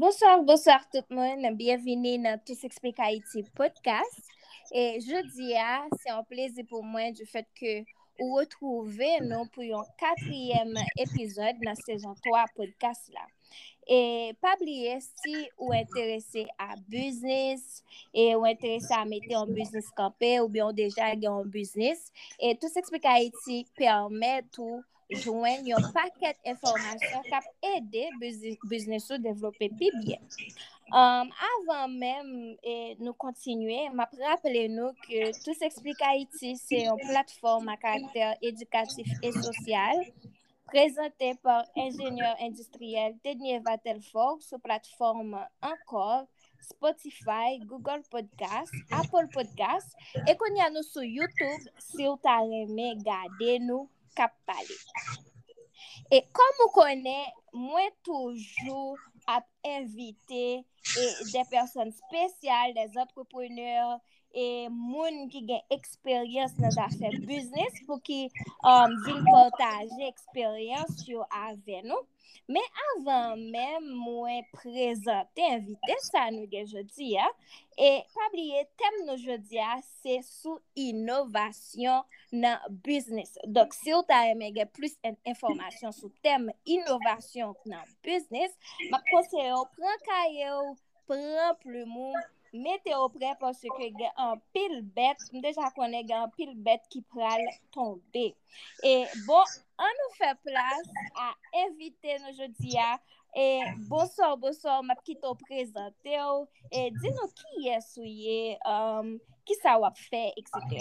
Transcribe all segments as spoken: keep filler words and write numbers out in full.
Bonsoir, bonsoir tout le monde. Bienvenue dans Tous Explique Haïti podcast. Et jeudi, c'est un plaisir pour moi du fait que vous retrouvez nous pour un quatrième épisode dans la saison trois podcast là. Et pas oublier si vous êtes intéressé à business et vous êtes intéressé à mettre un business campé ou bien déjà un business. Et Tous Explique Haïti permet tout joindre un paquet d'informations qui peuvent aider le business à développer plus bien. Um, avant même et nous continuer, je rappelle nous que Tout s'explique Haïti, c'est une plateforme à caractère éducatif et social présentée par ingénieur industriel Tednier Vatelfort sur plateforme Encore, Spotify, Google Podcast, Apple Podcast et qu'on y a nous sur YouTube si vous avez aimé garder nous cap parler. Et comme vous connaissez, moi toujours à inviter et des personnes spéciales, des entrepreneurs et moun qui ont expérience dans les affaires business pour qui um, viennent partager expérience avec nous. Mais avant même moi présenter invité ça nous aujourd'hui hein, et pas oublier thème aujourd'hui c'est sur innovation dans business. Donc si vous avez plus d'informations sur thème innovation dans business, m'a conseille prend cahier, prend plume, mettez au prêt parce que il y a un pile bête, déjà connaît un pile bête qui pral tomber. Et bon, on nous fait place à inviter nous aujourd'hui et bonsoir bonsoir m'a qui te présenter et dis-nous qui est souillé um, qui ça va faire etc.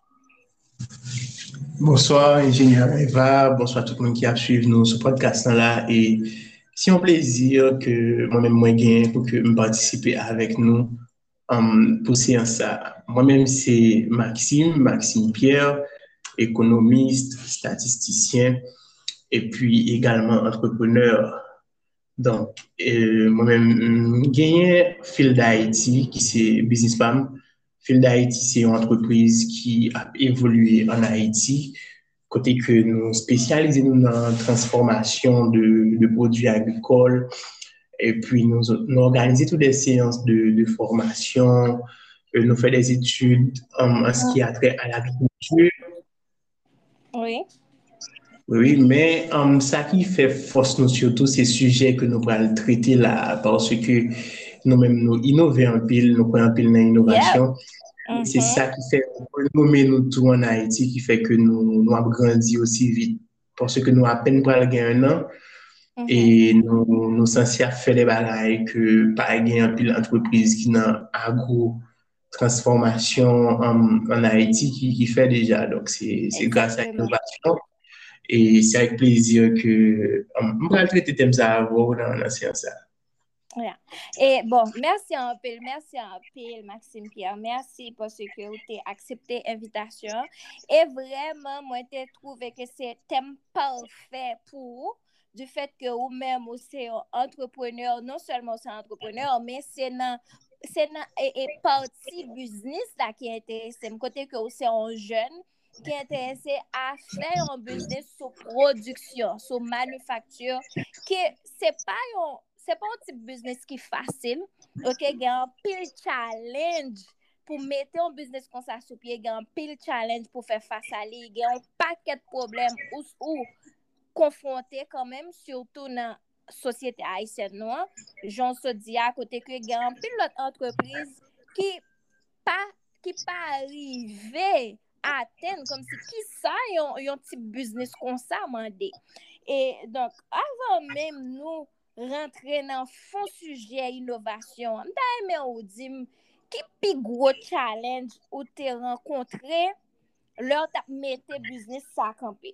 Bonsoir ingénieur Eva, bonsoir tout le monde qui a suivi nous ce podcast là et c'est un plaisir que moi-même moi gagne pour que me participer avec nous um, pour séance ça. Moi-même c'est Maxime, Maxime Pierre, économiste, statisticien et puis également entrepreneur. Donc euh, moi-même gagne Field d'Haïti qui c'est Business Pam. Field d'Haïti c'est une entreprise qui a évolué en Haïti. Côté que nous spécialisons dans la transformation de, de produits agricoles et puis nous, nous organisons toutes des séances de, de formation, nous faisons des études en, en ce qui a trait à l'agriculture. Oui. Oui, mais um, ça qui fait force nous surtout, ces sujets que nous allons traiter là, parce que nous-mêmes nous innovons en pile, nous prenons en pile dans l'innovation. Yeah. C'est Mm-hmm. ça qui fait nommer nous tout en Haïti, qui fait que nous, nous avons grandi aussi vite. Parce que nous, à peine pour gagner un an, mm-hmm. et nous, nous sommes censés faire des bagailles que pas gagner un pile d'entreprises qui n'ont agro transformation en, en Haïti qui, qui fait déjà. Donc, c'est, c'est grâce à l'innovation. Et c'est avec plaisir que on va traiter thème ça dans la séance. Yeah. Et bon, merci un peu, merci un peu, Maxime Pierre. Merci parce que vous avez accepté l'invitation. Et vraiment, moi, j'ai trouvé que c'est un thème parfait pour du fait que vous-même, vous êtes entrepreneur, non seulement c'est entrepreneur, mais c'est dans c'est dans et, et partie business là qui est intéressé. Côté que vous êtes un jeune qui est intéressé à faire un business sur production, sur manufacture, que c'est pas un c'est pas un type de business qui est facile. OK, il y a un pile challenge pour mettre un business comme ça sur pied, il y a un pile challenge pour faire face à lui, il y a un paquet de problèmes ou, ou confrontés quand même, surtout dans la société haïtienne noire. J'en se dis à côté que il y a un pile d'entreprises qui pas qui pas arrivé à atteindre comme si qui ça un un type business comme ça mandé. Et donc avant même nous rentrer dans fond sujet innovation, m'ta aimé ou dim qui pi gros challenge ou te rencontré leur t'a mettre business ça camper.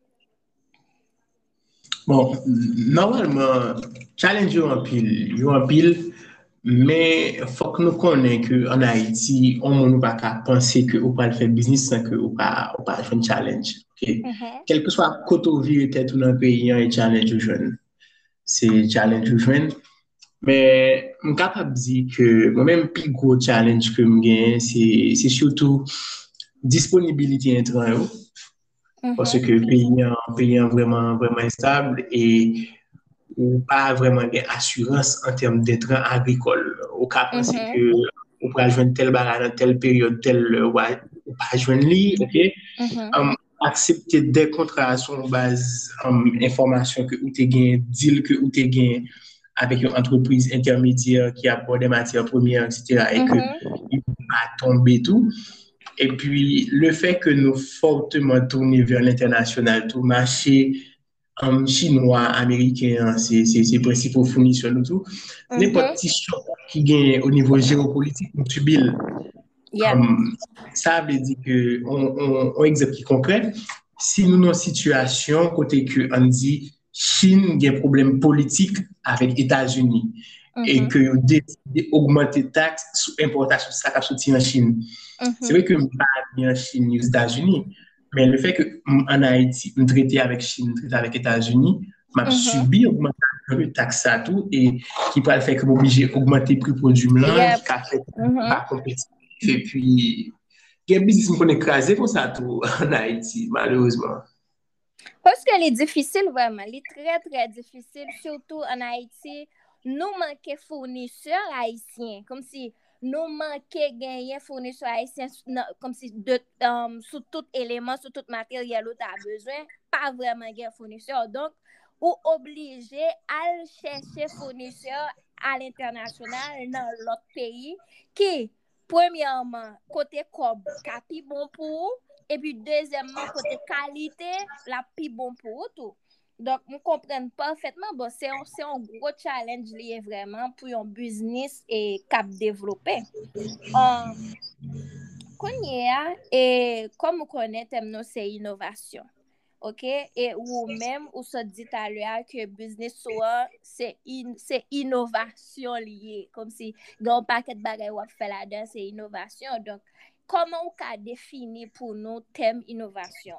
Bon, normalement challenge yo en pile, yo en pile mais faut que nous connaissions que en Haïti on ne peut pas penser que on peut faire business sans que on pas on pas faire challenge. OK. Mm-hmm. Quel que soit côté où vivre peut-être dans un pays un challenge jeune. C'est challenge jeune. Mais je suis capable de dire que moi-même, le plus gros challenge que je gagne, c'est, c'est surtout disponibilité intrant. Mm-hmm. Parce que le pays est un pays vraiment, vraiment instable et ou pas vraiment d'assurance en termes d'intrants agricoles. Ou qu'à penser Mhm. que on pourra joindre tel barrage dans telle période, telle ou pas joindre lui, ok? Mhm. Um, accepter des contrats sur base um, information que ou t'es gain, deal que ou t'es gain avec une entreprise intermédiaire qui apporte des matières premières, et cetera. Et que Mhm. il va tomber tout. Et puis, le fait que nous fortement tourner vers l'international, tout marché um, chinois, américain, c'est ces principaux fournisseurs, nous tout, n'importe Mhm. petit choc qui gagne au niveau géopolitique, nous subit. Yeah. Um, ça veut dire que, on, on, on exemple qui concret, si nous avons une situation côté que on dit Chine a un problème politique avec les États-Unis et Mhm. que décide d'augmenter les taxes sur l'importation de ça qui sorti en Chine. C'est Mhm. vrai que je ne pas bien en Chine aux États-Unis, mais le fait que en Haïti, je traite avec Chine, je traite avec les États-Unis, m'a Mhm. subi augmentation de taxes à tout et qui peut le faire que je obligé d'augmenter le prix produit blanc, Yep. qui a fait Mhm. pas compétitif. Et puis, il y a un business qui est écrasé comme ça tout en Haïti, malheureusement. Parce que est difficile vraiment, est très très difficile, surtout en Haïti. Nous manquons fournisseurs haïtiens, comme si nous manquons gagner fournisseurs haïtiens, comme si de, um, sous tout élément, sous tout matériel où tu as besoin, pas vraiment gagner fournisseurs. Donc, ou obligé à chercher fournisseurs à l'international dans l'autre pays qui, premièrement, côté cob, capi bon pour et puis deuxièmement, côté qualité, la plus bon pour tout. Donc, nous comprenons parfaitement, bon, c'est un, c'est un gros challenge lié vraiment pour un business et cap développé. Um, qu'on y a, et comme vous connaissez, c'est innovation. OK? Et ou même, ou se dit à l'heure que business soit, c'est in, c'est innovation liée. Comme si, dans un paquet de bagages ou fait là-dedans, c'est innovation. Donc, comment on peut définir pour nous thème innovation?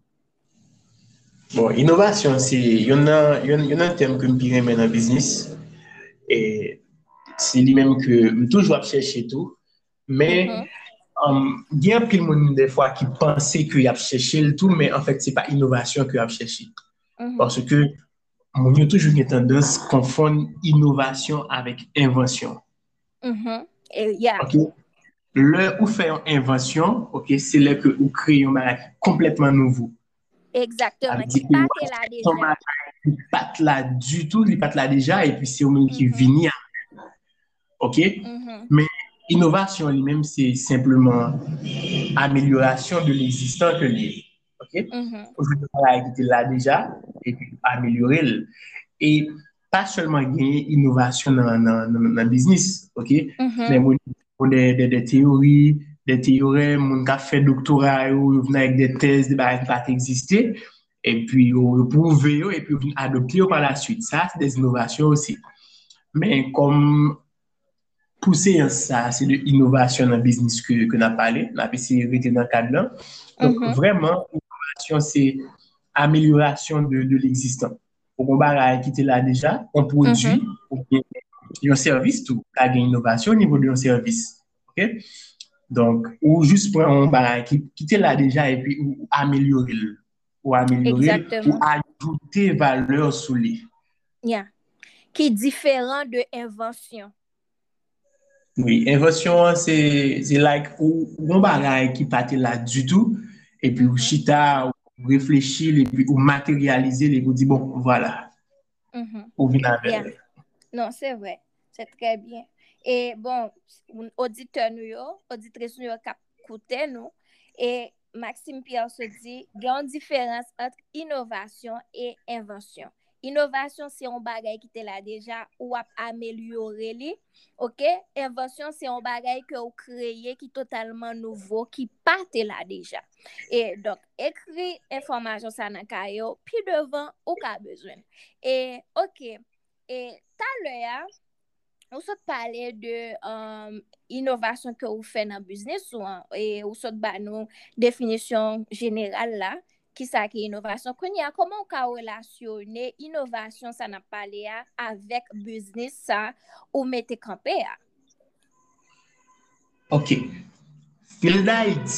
Bon, innovation, c'est, il y en a, il y en a un thème que je dirais dans le business, et c'est lui-même que je toujours chercher tout, mais Mm-hmm. um, il y a plein de monde des fois qui pensait qu'il a cherché le tout, mais en fait, c'est pas innovation qu'il a cherché. Mm-hmm. Parce que on a toujours une tendance à confondre innovation avec invention. Mm-hmm. Et, yeah. OK? Là où fait une invention, OK, c'est là que vous créez un bagage complètement nouveau. Ça Exactement. veut Qui dire que part là son déjà. bagage n'est pas là du tout, il n'est pas là déjà, et puis c'est au même qui Mm-hmm. vient. OK? Mm-hmm. Mais innovation lui-même, c'est simplement amélioration de l'existant que l'est. OK? Mm-hmm. Aujourd'hui, on était là déjà, et puis améliorer. Le- Et pas seulement gagner innovation dans le business, OK? Mais Mm-hmm. on des, des, des théories, des théorèmes, on a fait doctorat, on vient avec des thèses, des barres qui pas exister, et puis on prouve, et puis on adopter par la suite. Ça, c'est des innovations aussi. Mais comme pousser ça, c'est de l'innovation dans le business que, que nous avons parlé, nous avons essayé de rester dans le cadre-là. Donc, Mm-hmm. vraiment, l'innovation, c'est amélioration de, de l'existant. Pour qu'on va quitter là déjà, un Mm-hmm. produit, ou bien un service, tout, il y a une innovation au niveau de un service. OK? Donc, ou juste prendre un barrage qui quitter là déjà et puis ou améliorer, le- ou améliorer, le, ou Exactement. ajouter valeur sur lui. Yeah. Qui est différent de invention. Oui, invention, c'est c'est like ou ou un bagage qui pas là du tout et puis ou Mm-hmm. chita ou réfléchir et puis ou matérialiser les vous dire bon voilà Mm-hmm. ou venir Yeah. avec. Non, c'est vrai. C'est très bien. Et bon, auditeur nous, yo, auditrice nous, qui écoute nous, et Maxime Pierre se dit, il y a une différence entre innovation et invention. Innovation, c'est un bagage qui était là déjà ou à améliorer li. OK? Invention, c'est un bagage que vous créez qui est totalement nouveau, qui pas là déjà. Et donc, écrit information ça dans caillou, puis devant, ou ka besoin. Et OK. Et tout à l'heure, on se parlait de um, innovation que vous faites dans le business ou, et on se bat nous définition générale là qui ça qui est innovation. Comment on peut relationner innovation ça n'a parlé avec business ça ou mettre campé à? OK. Fil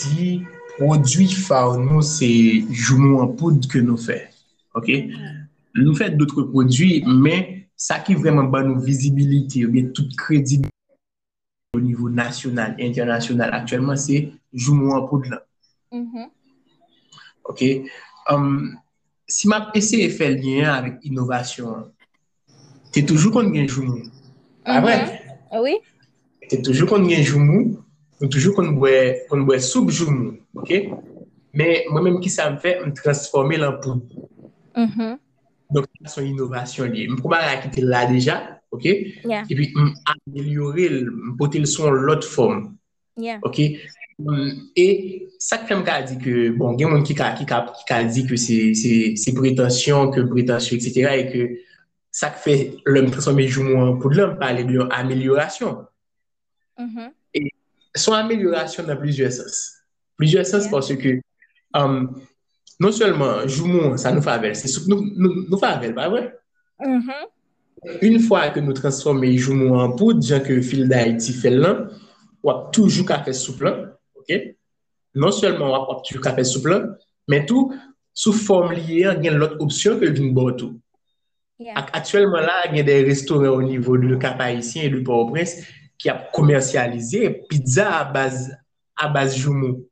d'Haïti, produit phare nous c'est jumeau en poudre que nous fait. OK? Mm-hmm. nous faisons d'autres produits, mais ça qui vraiment donne nous visibilité, ou bien toute crédibilité au niveau national et international actuellement, c'est Jumeau en poudre. Mm-hmm. OK? Um, si ma essayé de faire lien avec innovation, tu es toujours qu'on gagne Jumeau. Pas vrai? Mm-hmm. Oui. Tu es toujours qu'on gagne Jumeau, ou toujours qu'on boit qu'on boit soupe Jumeau. OK? Mais moi-même, qui ça me fait, me transformer en poudre. Mm-hmm. Donc, c'est une innovation liée. Je ne peux pas quitter là déjà, OK? Yeah. Et puis, améliorer, porter le son l'autre forme, Yeah. OK? Et ça fait me dit que, bon, il y a des gens qui a, qui a, qui a dit que c'est prétention, que prétention, et cetera. Et que ça fait l'homme transformer jour pour l'homme parler d'amélioration. Mm-hmm. Et son amélioration dans plusieurs sens. Plusieurs sens Yeah. parce que, um, non seulement Joumou, ça nous favelle, c'est nous, nous, nous favelle, pas vrai? Mm-hmm. Une fois que nous transformons Joumou en poudre, genre que Fil d'Haïti fait là, on a toujours qu'à faire souple, ok? Non seulement on a toujours qu'à faire souple, mais tout sous forme liée, il y a l'autre option que vient boire tout. Yeah. Actuellement là, il y a des restaurants au niveau de Cap Haïtien et de Port-au-Prince qui a commercialisé pizza à base à base Joumou.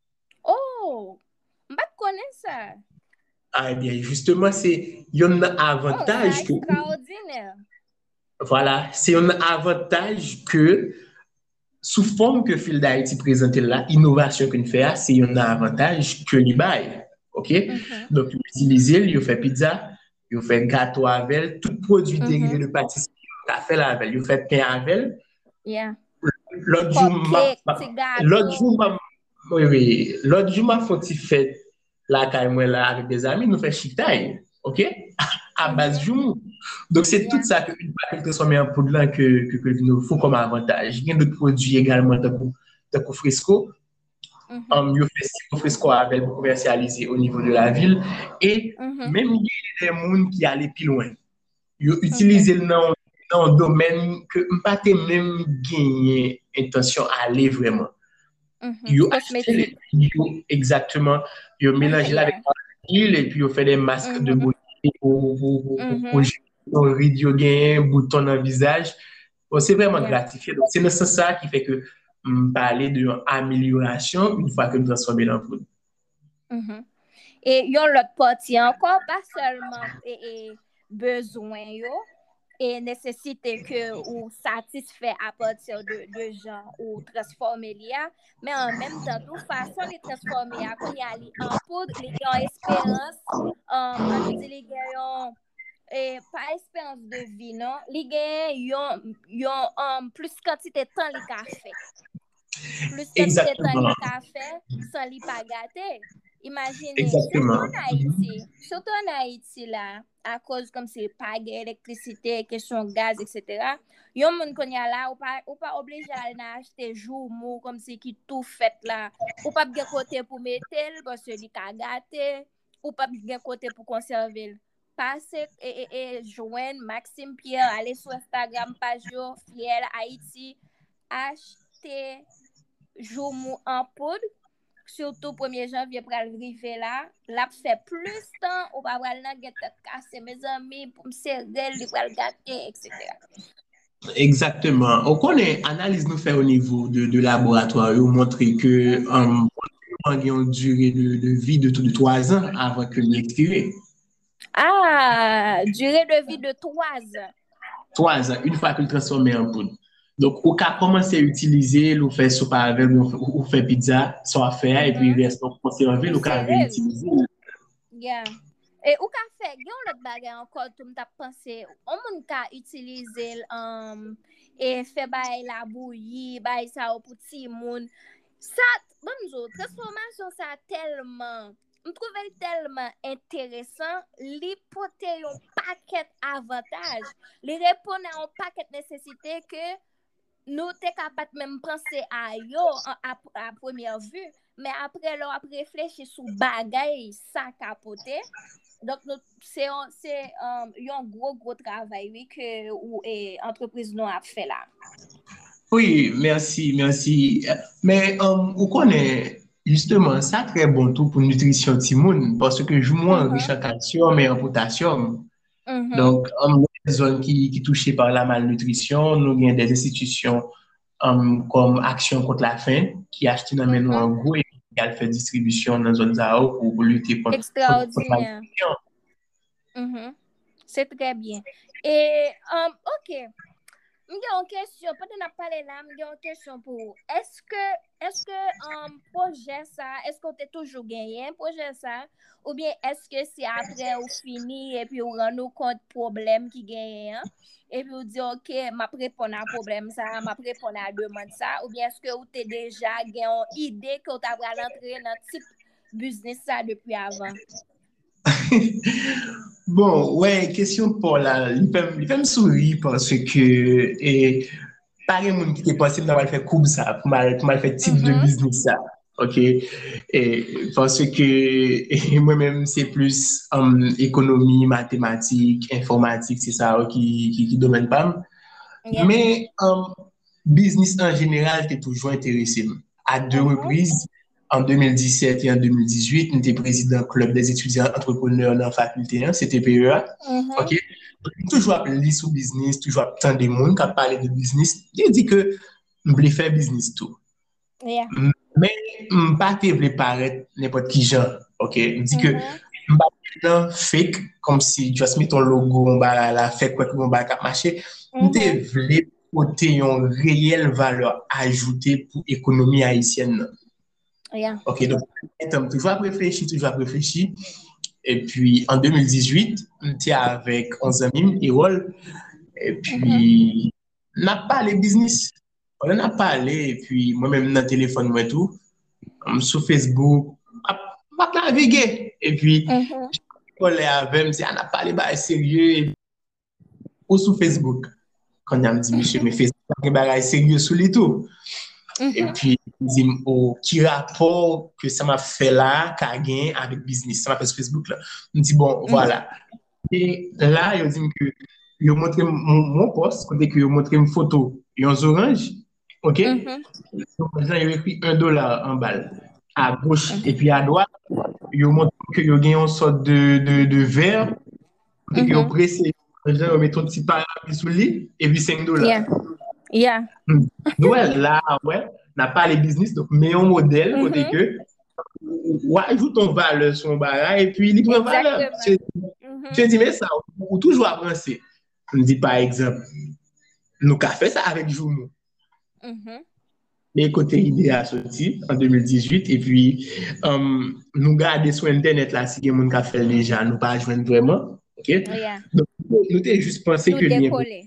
Oh, je ne connais ça. Ah, eh bien, justement, c'est un avantage. Oh, c'est extraordinaire. Que, voilà, c'est un avantage que, sous forme que Fil d'Haïti présente là, innovation qu'on fait, c'est un avantage que l'I B A I. OK? Mm-hmm. Donc, utiliser, il fait pizza, il fait gâteau avec, tout produit mm-hmm. dérivé de pâtisserie, café avec, il fait pain avec. Yeah. L'autre jour, l'autre jour, oui, oui, l'autre jour, ma fête fait là, quand même, là, avec des amis, nous fait chitaille, OK? À base mm-hmm. jour. Donc, c'est yeah. tout ça qu'une fois que transformer en poudre là que, que, que nous faut comme avantage. Il y a d'autres produits également, de Fresco. Mm-hmm. Um, il fait six Fresco avec pour commercialiser au niveau de la ville. Et mm-hmm. même il y a des gens qui allaient plus loin. Ils utilisent okay. le nom dans un domaine que je pas même gagné intention à aller vraiment. Mm-hmm. Cosmétique. Exactement. Ils mélangent yeah. avec l'huile et puis ils fait des masques mm-hmm. de beauté pour, pour, pour, mm-hmm. pour rideau gain, bouton dans le visage. Bon, c'est vraiment yeah. gratifiant. Donc, c'est le sens ça qui fait que je parler d'une amélioration une fois que nous transformons dans le produit. Mm-hmm. Et il y a l'autre partie encore, pas seulement et, et besoin, yo, et nécessité que ou satisfait à partir de, de gens ou transformer l'I A, mais en même temps, de toute façon, les transformer à qu'on y a en poudre, les gens espérance, um, on dit les gens et pas espérance de vie, non, les gens ils ont um, plus quantité de temps les café. Plus quantité de temps les café sans les pas gâter. Imaginez, surtout en Haïti, surtout en Haïti là, à cause comme c'est pas d'électricité, question gaz, et cetera. Yon moun konya là, ou pas ou pas obligé à acheter jour mou comme c'est qui tout fait là. Ou pas bien côté pour mettre parce que li ka gâté, ou pas bien côté pour conserver. Passez et, et, et joindre Maxime Pierre, aller sur Instagram page yo Fiel Haïti, acheter jour mou en poudre. Surtout premier janvier pour arriver là, là fait plus temps ou pas aller dans get casser mes amis pour me serrer, li pour le gâter, et cetera. Exactement. On connaît analyse nous fait au niveau de, de laboratoire, on montrer que mm-hmm. um, il y a une durée de, de vie de, de trois ans avant que l'expire. Ah, durée de vie de trois ans. Trois ans, une fois que le transformé en poudre. Donc, au cas commencer à utiliser, ou faire soupe avec, ou faire pizza, soit faire, mm-hmm. et puis reste conserver, ou cas réutiliser. Yeah. Et ou ka fait, il y a l'autre bagage encore, tout m't'a pensé, on moun ka utiliser, um, et fait bay la bouillie, bay ça au petit moun. Ça, bon, transformation, ça tellement, je trouve tellement intéressant, li pote yon paquet avantage, li répond à un paquet nécessité que nous sommes capables même penser à yo à, à, à première vue, mais après, là, après réfléchir sur bagaille, ça capote. Donc, c'est un, um, un gros, gros travail oui, que l'entreprise nous a fait là. Oui, merci, merci. Mais um, vous connaissez justement ça très bon tout pour nutrition timoun parce que je moins riche en calcium et en potassium. Mhm. Donc, on a des zones qui, qui touchées par la malnutrition, nous avons des institutions um, comme Action contre la faim qui achètent dans nous Mhm. en gros et qui fait distribution dans les zones à eau pour lutter contre, contre, contre la Extraordinaire. malnutrition. Mhm. C'est très bien. Et, um, OK. Mwen gen yon kesyon, pwede nan pale la, mwen gen yon kesyon pou ou. Eske, eske um, proje sa, eske ou te toujou genyen proje sa, ou bien eske si apre ou fini, epi ou ran nou kont problem ki genyen, epi ou di, ok, ma prepon a problem sa, ma prepon a demande sa, ou bien eske ou te deja gen yon ide ki ou ta pral entre nan tip business sa depi avan? Bon, ouais, question pour la. Il fait, il fait me sourire parce que, et, pas de monde qui était possible d'avoir fait comme ça, pour mal, pour mal faire type de Mhm. business ça. OK? Et, parce que, et moi-même, c'est plus um, économie, mathématiques, informatique, c'est ça qui, qui, qui domaine pas. Yeah. Mais, um, business en général, t'es toujours intéressé. À deux Mhm. reprises, en deux mille dix-sept et en deux mille dix-huit, nous étions président du club des étudiants entrepreneurs dans la faculté, hein, c'était P E A. OK? Mhm. Donc, toujours appelé sur business, toujours tant de monde qui a parlé de business. Il dit que je voulais faire business tout. Yeah. Mais je ne pas paraître n'importe qui genre. OK? Je dis que Mhm. je ne pas fake comme si tu as mis ton logo, on va la faire quoi que on va marcher. Mhm. Je voulais porter une réelle valeur ajoutée pour l'économie haïtienne. Yeah. OK, donc, toujours réfléchi, toujours réfléchi. Et puis, en deux mille dix-huit, j'étais avec onze amis, Erol, et Mhm. puis, on a parlé business. On a parlé, et puis, moi-même, dans le téléphone, moi, tout, um, sur Facebook, on a navigué. Et puis, Mhm. on avait, on a parlé, bah, sérieux, et, ou sur Facebook. Quand on a dit, monsieur, mais Facebook, on a sérieux sur les tout. Et Mhm. puis, il dit, oh, qui rapport que ça m'a fait là, qu'a gagné avec business, ça m'a fait sur Facebook là. Il me dit, bon, Mhm. voilà. Et là, il dit que, il a montré mon, mon poste, côté que il a montré une photo, il y a un orange, ok? Mhm. Donc, il a écrit un dollar en balle à gauche et Mhm. puis à droite, il a montré qu'il y a une sorte de, de, de verre, côté qu'il a Mhm. pressé, il a mis ton petit parapluie sous le lit, et puis cinq dollars. Yeah. Yeah. Ouais, là, ouais, n'a pas les business, donc, mais un modèle, côté Mhm. que, ouais, ajoute ton valeur sur un barrage, et puis il prend valeur. Exactement. Je je Mhm. dis, mais ça, ou toujours à penser. On dit, par exemple, nous avons fait ça avec Juno. Mhm. Mais côté idée a sorti en deux mille dix-huit, et puis, um, nous gardons sur Internet là, si quelqu'un a fait déjà, nous pas joindre vraiment. OK? Yeah. Donc, nous avons juste pensé Nous que l'impossible. décoller.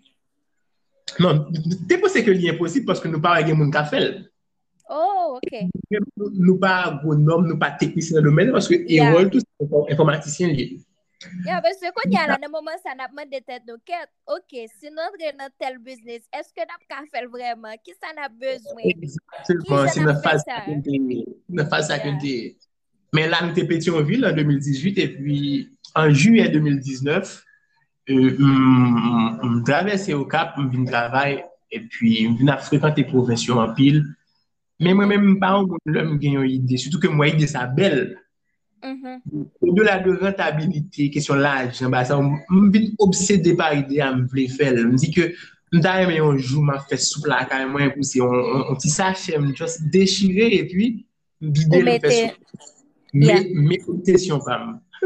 Non, nous pensé que l'impossible parce que nous pas de monde qui a fait. Oh, ok. Nous pas agronome, nous pas technicien dans le domaine parce que Yeah. Erol, tout c'est informaticien lié. Yeah, parce que quand il y a là, dans moment ça n'a pas de tête de quête. Ok, si nous entrons dans tel business, est-ce que nous avons fait vraiment? Qui ça n'a besoin? Qui Exactement, j'en c'est a une fait phase ça? à côté. Une phase à Yeah. côté. Mais là, nous étions Pétionville en deux mille dix-huit et puis en juillet deux mille dix-neuf, euh, je traversé au Cap, je viens travailler et puis je viens fréquenter les professions en pile. Mais Mhm. moi-même, pas un une idée, surtout que moi, l'idée, ça belle. Mhm. Au-delà de rentabilité, question l'argent, bah, ça, je suis obsédé par l'idée à me faire. Je me dis que je vais un jour, je fais souple à quand même, pousser un petit sachet, juste déchirer et puis Ou vider le fait souple. mettez. Yeah. Mais mes questions pas.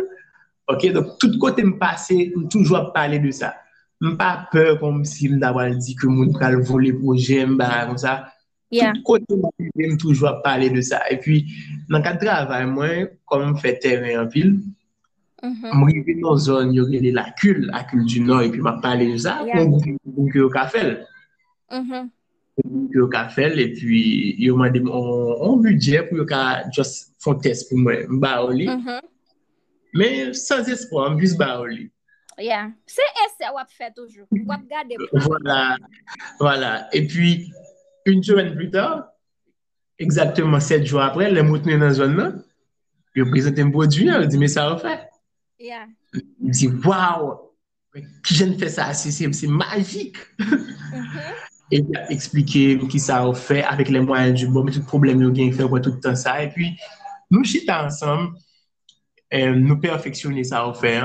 OK, donc tout côté me passer, toujours parler de ça. Je pas peur comme si je d'avoir dit que mon pral voler projet, bah, comme ça. Tout Yeah. côté me toujours parler de ça. Et puis, dans le cadre de travail, moi, comme je fais terrain en ville, Mhm. je suis dans une zone, il y a les lacunes, la cul du Nord, et puis je parlé de ça, Yeah. mon groupe au café. Mhm. Au café, et puis, il m'a demandé un budget pour juste faire un test pour moi. Mhm. Mais sans espoir, juste baoli. Yeah. C'est esse ou fait toujours. Ou garder pour lui. Voilà, voilà. Et puis, une semaine plus tard, exactement sept jours après, les moutons dans la zone là, je présente un produit, je dis, mais ça va faire. Yeah. Il dit, waouh, qui je ne fais ça, c'est magique. Mhm. Et il a expliqué qui ça a fait avec les moyens du bon, mais tout le problème, il a fait tout le temps ça. Et puis, nous chita ensemble, euh, nous perfectionner ça à faire. Hein,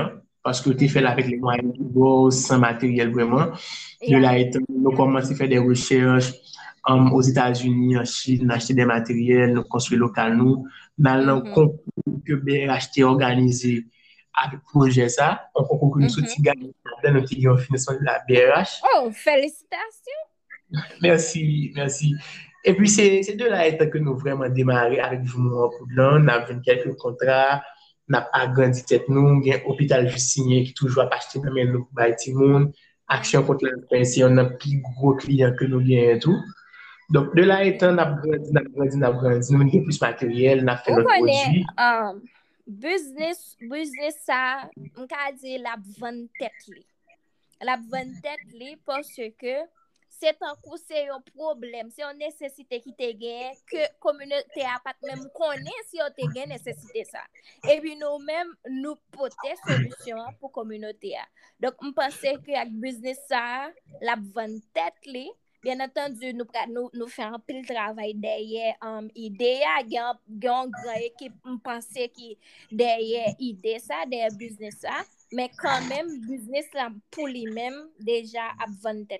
parce que tu fais Mhm. avec les moyens du bord, sans matériel vraiment. De Yeah. là étant, nous commençons à faire des recherches um, aux États-Unis, en Chine, acheter des matériels, nous construire local nous. Dans le Mhm. concours que B R H T organisé avec le projet ça, un concours que nous Mhm. sommes gagnés dans notre financement de la B R H. Oh, félicitations! Merci, merci. Et puis, c'est c'est de là étant que nous vraiment démarré avec Jumeau en Poudlan. On a vu quelques contrats, on a agrandi tête nous, il y a un hôpital juste signé qui toujours a acheté dans nous pour bâtir monde. Yeah. Action contre la pince, on a plus gros clients que nous gagnons et tout. Donc, de là étant, on a grandi, on a grandi, on a grandi. Nous avons plus matériel, on a fait Ou notre konen, produit. um, business, business sa, mka di la vend tet li. La vend tet li parce que c'est un coup c'est un problème, c'est une nécessité qui te gen que communauté a pas même connaît si on te gen nécessité ça. Et puis nous même nous porter solution pour communauté a. Donc on pensait que avec business ça, la vend tet li. Bien entendu, nous, nous, nous faisons un pile travail derrière um, idée. Il y a une grande équipe, on pensait qui derrière idée ça, derrière business ça. Mais quand même, business là, pour lui-même, déjà, à vendre tête.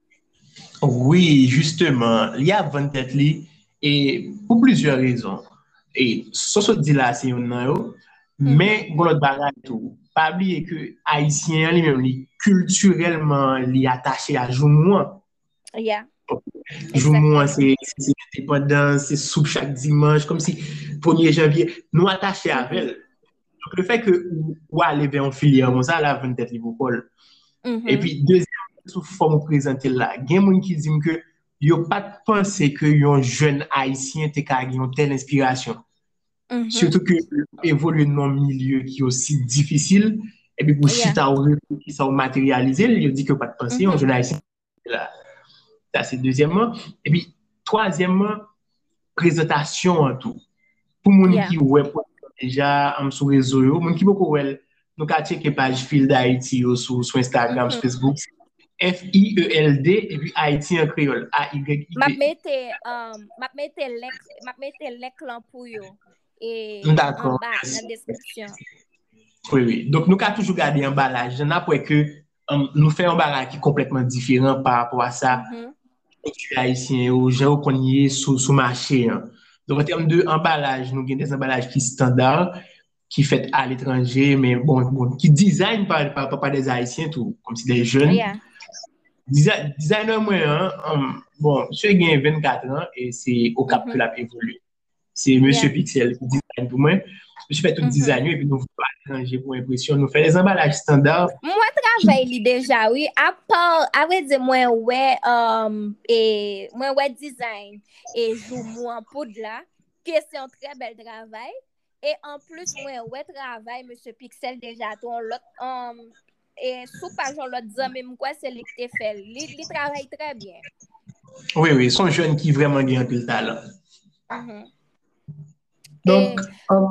Oui, justement, il y a vingt têtes li, et pour plusieurs raisons. Et ça se dit là, c'est un nan, mais bon l'autre bagage tout. Pas oublier que haïtien lui-même li culturellement li attaché à Joumoua. Yeah, Joumoua exactement. c'est c'est indépendance, c'est soupe chaque dimanche comme si premier janvier nous attaché à Mhm, elle. Donc le fait que ou, ou aller vers un filière comme ça là vingt têtes li vous colle. Et mhm, puis, deuxième, sous forme présenter là, il y a des gens qui disent que yo pas pensé que un jeune haïtien te ka une telle inspiration. mhm. Surtout que évoluer dans un milieu qui est aussi difficile, et puis pour Yeah. chita ou qui sont matérialisés, il dit que pas de penser, un Mhm, jeune haïtien, là. Ça c'est deuxièmement. Et puis, troisièmement, présentation en tout. Pour les gens yeah. qui ouais déjà um, sur les réseaux, les gens qui beaucoup ouais, nous avons checké page Fil d'Haïti sur, sur Instagram, sur Mhm. Facebook, F I E L D et puis Haïti en créole, M'a A Y I T. mette, um, m'a mette link, m'a mette link lan pou yo. Et en D'accord, bas, dans la merci. description. Oui, oui. Donc, nous avons toujours gardé l'emballage. Je n'ai que um, nous faisons un emballage qui est complètement différent par rapport à ça. Mhm, Les haïtiens, aux gens qu'on y est sous, sous marché. Hein. Donc, en termes d'emballage, nous avons des emballages qui sont standards, qui sont faits à l'étranger, mais bon, bon qui design par, par, par des haïtiens, tout, comme si des jeunes. yeah. Desi- Designer moi, hein, um, bon, monsieur a vingt-quatre ans et c'est au Cap que Mhm, l'a évolué. C'est monsieur yeah. Pixel qui design pour moi. Monsieur fait tout Mhm. design et puis nous faisons pas étranger pour impression. Nous faisons les emballages standards Mwen qui, travay li deja, oui. A pa, avè di mwen wè, um, e, mwen wè design e jou mwen poud la, ke se yon tre bel travay. E en plus mwen wè travay, M. Pixel deja ton lot, um, e sou pajon lot zame mwen kwa se li te fel. Li, li travay tre bien. oui, oui, sont jeunes qui vraiment gagnent un peu le talent. Mhm. Donc, E, um,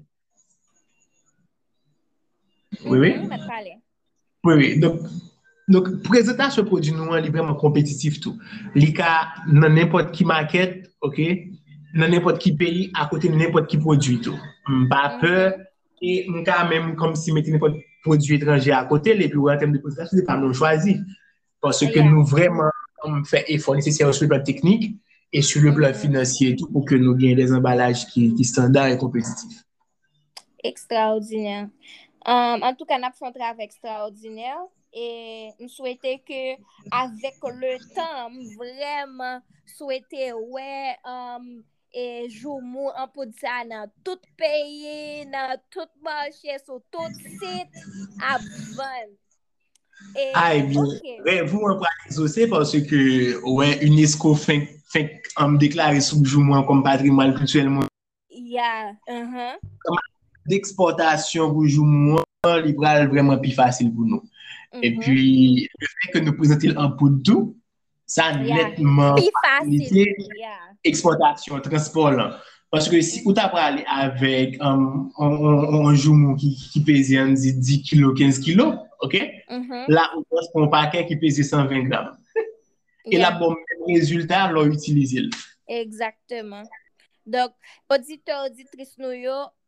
oui, mhm, oui, mwen pale. oui, oui. Donc, donc présentation produit nous, il est vraiment compétitif tout. Il y a dans n'importe qui market, ok, dans n'importe qui pays, à côté de n'importe qui produit tout. Hum, Pas peur, Mhm. et on a même comme si mettre n'importe produit étranger à côté, et puis en termes de présentation, c'est pas nous choisir. Parce que Yeah. nous vraiment on fait effort nécessaire sur le plan technique et sur le plan Mhm. financier et tout pour que nous gagnions des emballages qui, qui standards et compétitifs. Extraordinaire. Um, en tout cas, nous avons fait un travail extraordinaire et nous souhaitons que, avec le temps, vraiment souhaiter, ouais, um, et jouer un peu de ça dans tout pays, dans tout marché, sur tout site, avant. Ah, eh Et, bien, ok, vous on va exaucer parce que ouais, UNESCO fait, fait um, déclarer sous jour comme patrimoine culturel yeah, uh-huh, d'exportation pour jour libéral vraiment plus facile pour nous. Et uh-huh, puis, le fait que nous présentons en poudre tout, ça a yeah. nettement Plus facile, facilité yeah. exportation, transport là. Parce que si vous Mm-hmm. avez avec um, un, un, un jumeau qui, qui pèse dix kilos, quinze kilos, ok? Mm-hmm. Là, on passe pour un paquet qui pèse cent vingt grammes. Et là, Yeah, bon, même résultat, l'on utilise. exactement. Donc, auditeur, auditrice nou yo,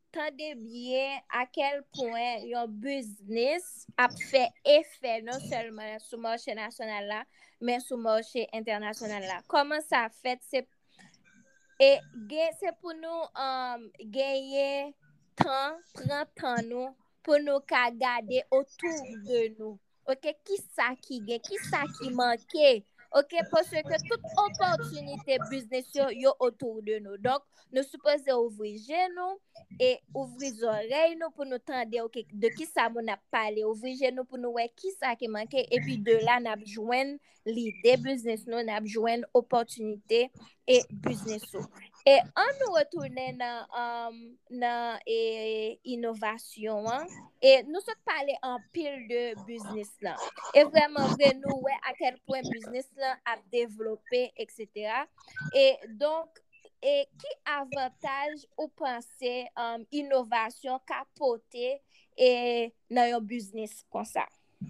tendez bien à quel point un business a fait effet non seulement sur le marché national là, mais sur le marché international là. Comment ça fait? C'est et c'est pour nous um, gagner temps, prendre temps nous pour nous garder autour de nous. OK, qui ça qui gagne, qui ça qui manque? OK, parce que toute opportunité business yo, yo autour de nous. Donc, nous supposons ouvrir nous et ouvrir les oreilles nous pour nous entendre okay, de qui ça nous a parlé, ouvrir nous pour nous voir qui ça qui manque et puis de là nous joindre l'idée business nous, nous joindre opportunité et business. Et on nous retourne dans um, dans et innovation hein? Et nous sommes parlé en pile de business là. Et vraiment vrai nous ouais à quel point business là a développé et cetera. Et donc et qui avantage ou penser um, innovation capoter et dans un business comme ça?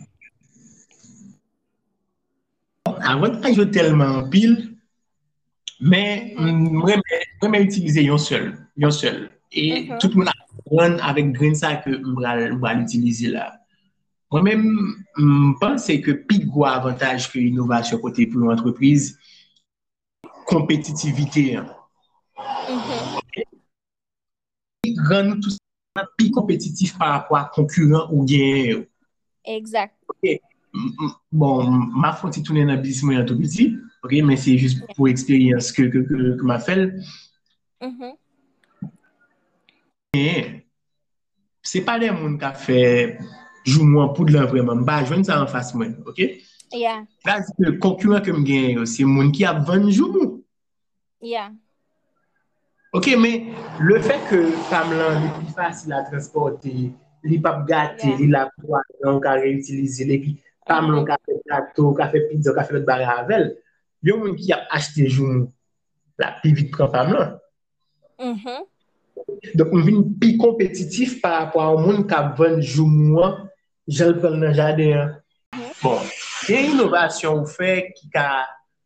Avantage tellement pile. Mais moi, je vais utiliser un seul, un seul. Et mm-hmm. tout le monde apprend avec grain ça que je vais l'utiliser là. Moi-même, je pense que le plus gros avantage que l'innovation côté pour une entreprise, compétitivité. Hein. Mm-hmm. Okay. Rend nous tous plus compétitifs par rapport à concurrents ou gagnants. Exact. Okay. Bon, ma faute tourner dans le business tout petit, ok, mais c'est juste pour expérience que que que, que m'a fait. Mm-hmm. Et c'est pas des gens qui a fait joue-moi pour de la vraiment, bah je ça en face moi, ok? Yeah. Là, le concurrent que me gagne, c'est monde qui a vingt jours. Yeah. Ok, mais le fait que Pamela est plus facile à transporter, il pas gâté, il a pouvoir donc à réutiliser les puis Pamela qui a fait gâteau, qui a fait pizza, qui a fait le barre avec, il y a monde qui a acheté jour la plus vite prend Pamela. Mm-hmm. Donc on vient plus compétitif par rapport au monde qui a vingt jours moi, je le fais dans le jardin. Mm-hmm. Bon, il y a une innovation fait qui a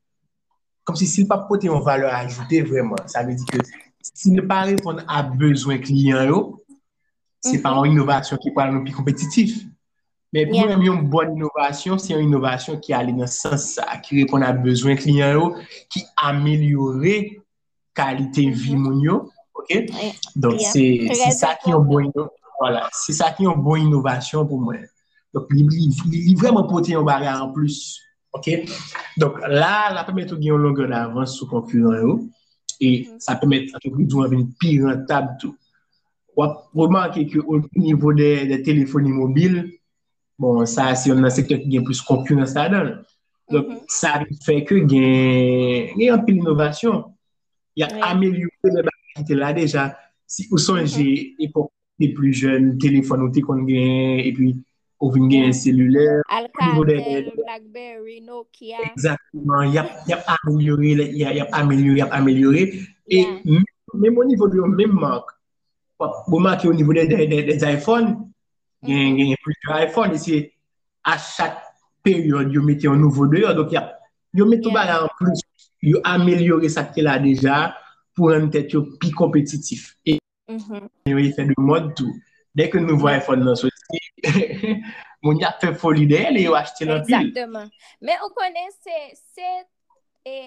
comme si s'il pas porter une valeur ajoutée vraiment, ça veut dire que s'il ne pas répondre à besoin client, c'est mm-hmm. pas une innovation qui parle nous plus compétitif. Mais pour yeah. moi, une bonne innovation, c'est une innovation qui allait dans ce sens, qui répond à besoin client, qui améliore qualité de vie mm-hmm. ok? Yeah. Donc yeah. c'est c'est ça qui est une bonne voilà, c'est ça qui est une bonne innovation pour moi. Donc il, il, il vraiment porter un barrière en plus. OK? Donc là, la permet de gagner une longueur d'avance sur concurrent et mm-hmm. ça permet d'entreprises de devenir plus rentable tout. On remarque qu'au niveau des, des téléphones mobiles, bon, ça c'est un secteur qui a plus concurrence là-dedans. Donc mm-hmm. ça fait que il y a un peu d'innovation. Il y a oui. amélioré les barrières là déjà. Si vous songez mm-hmm. époque des plus jeunes, téléphone ou qu'on gagne et puis au vingtième yeah. cellulaire. Alcatel, BlackBerry, Nokia. Exactement. Il y a, il y a amélioré, il y a, il y a amélioré, il y a amélioré. Yeah. Et même, même au niveau de la même marque, vous marquez au niveau des, des, des iPhones, il mm-hmm. y a plusieurs iPhones. Et c'est à chaque période, vous mettez un nouveau dehors. Donc, il y a, vous mettez tout yeah. en plus. Vous améliorez ça qui est là déjà pour rendre tête plus compétitif. Et mm-hmm. il fait de mode tout. Dès que nous voyons iPhone dans ce site, on y a fait folie d'elle et on a acheté la pile. Exactement. Mais on connaît c'est c'est et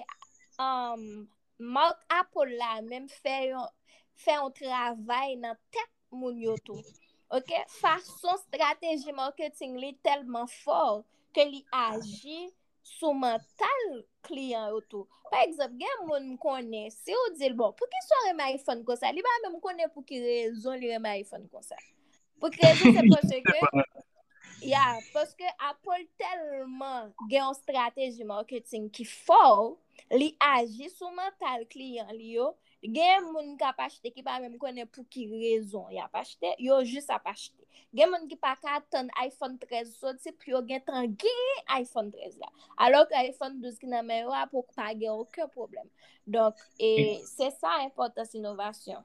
um, Mark Apple là même fait un fait un travail dans tête mon yoto. OK, façon stratégie marketing li tellement fort que li agit sur mental client auto. Par exemple, gen moun connaît, si on dit bon, pour qui soit un iPhone comme ça, li ba même connaît pour qui raison li un iPhone comme ça. Pour quelle raison c'est parce que yeah, parce que Apple tellement gen une stratégie marketing qui fort, li agit sur mental client li yo, gen moun ka pa achete qui pas même connaît pour qui raison y a pas acheté, yo juste a pas acheté. Gen moun qui pas ka attendre iPhone treize sorti puis yo gen tan gen iPhone treize là. Alors que iPhone douze qui nan men yo a pour pas gen aucun problème. Donc et c'est ça l'importance innovation.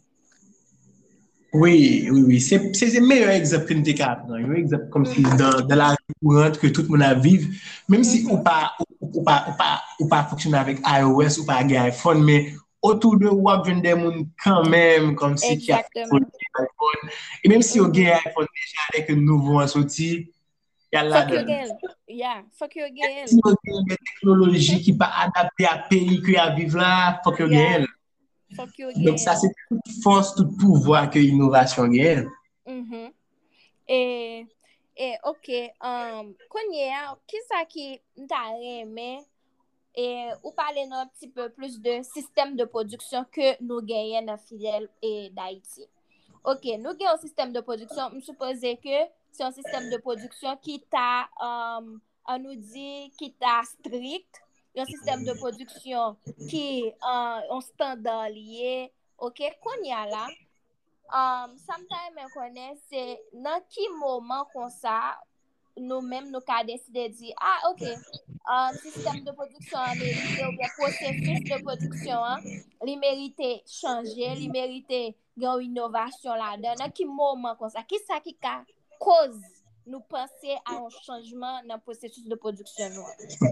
Oui, oui, oui. C'est, c'est le meilleur exemple que nous avons. Un exemple comme si mm-hmm. dans, dans la vie courante que tout le monde a vécu. Même mm-hmm. si on pas, ou pas, ou pas, ou pas fonctionner avec iOS ou pas avec iPhone, mais autour de vous, il y a des gens quand même, comme si qui a fait Exactement. iPhone. Et même si vous Mhm. avez un iPhone déjà avec un nouveau en sortie, il y a la Fuck you donne. again. Yeah, fuck you Si again. vous avez des technologies qui ne sont pas adaptées à pays que à vivre là, faut que vous Yeah, gagnez. fuck you Donc, ça, again. c'est toute force, tout pouvoir que l'innovation gagne. Mhm. Et, et ok, um, konye a, ki sa ki nta reme, et ou parler un petit peu plus de système de production que nous gagnons dans Fidèle et d'Haïti. Ok, nous avons un système de production, je suppose que c'est un système de production qui t'a, um, on nous dit, qui t'a strict, un système de production qui uh, un standard lié, ok, qu'on y a là, um, sometimes on connaît, c'est dans quel moment comme ça, nous-mêmes, nous avons décidé de dire, ah, ok, um, système de production a mérité, ou bien processus de production, hein, il mérite changer, il mérite une innovation là-dedans. Dans quel moment comme ça? Qui ça qui a cause nous penser à un changement dans le processus de production? Nous?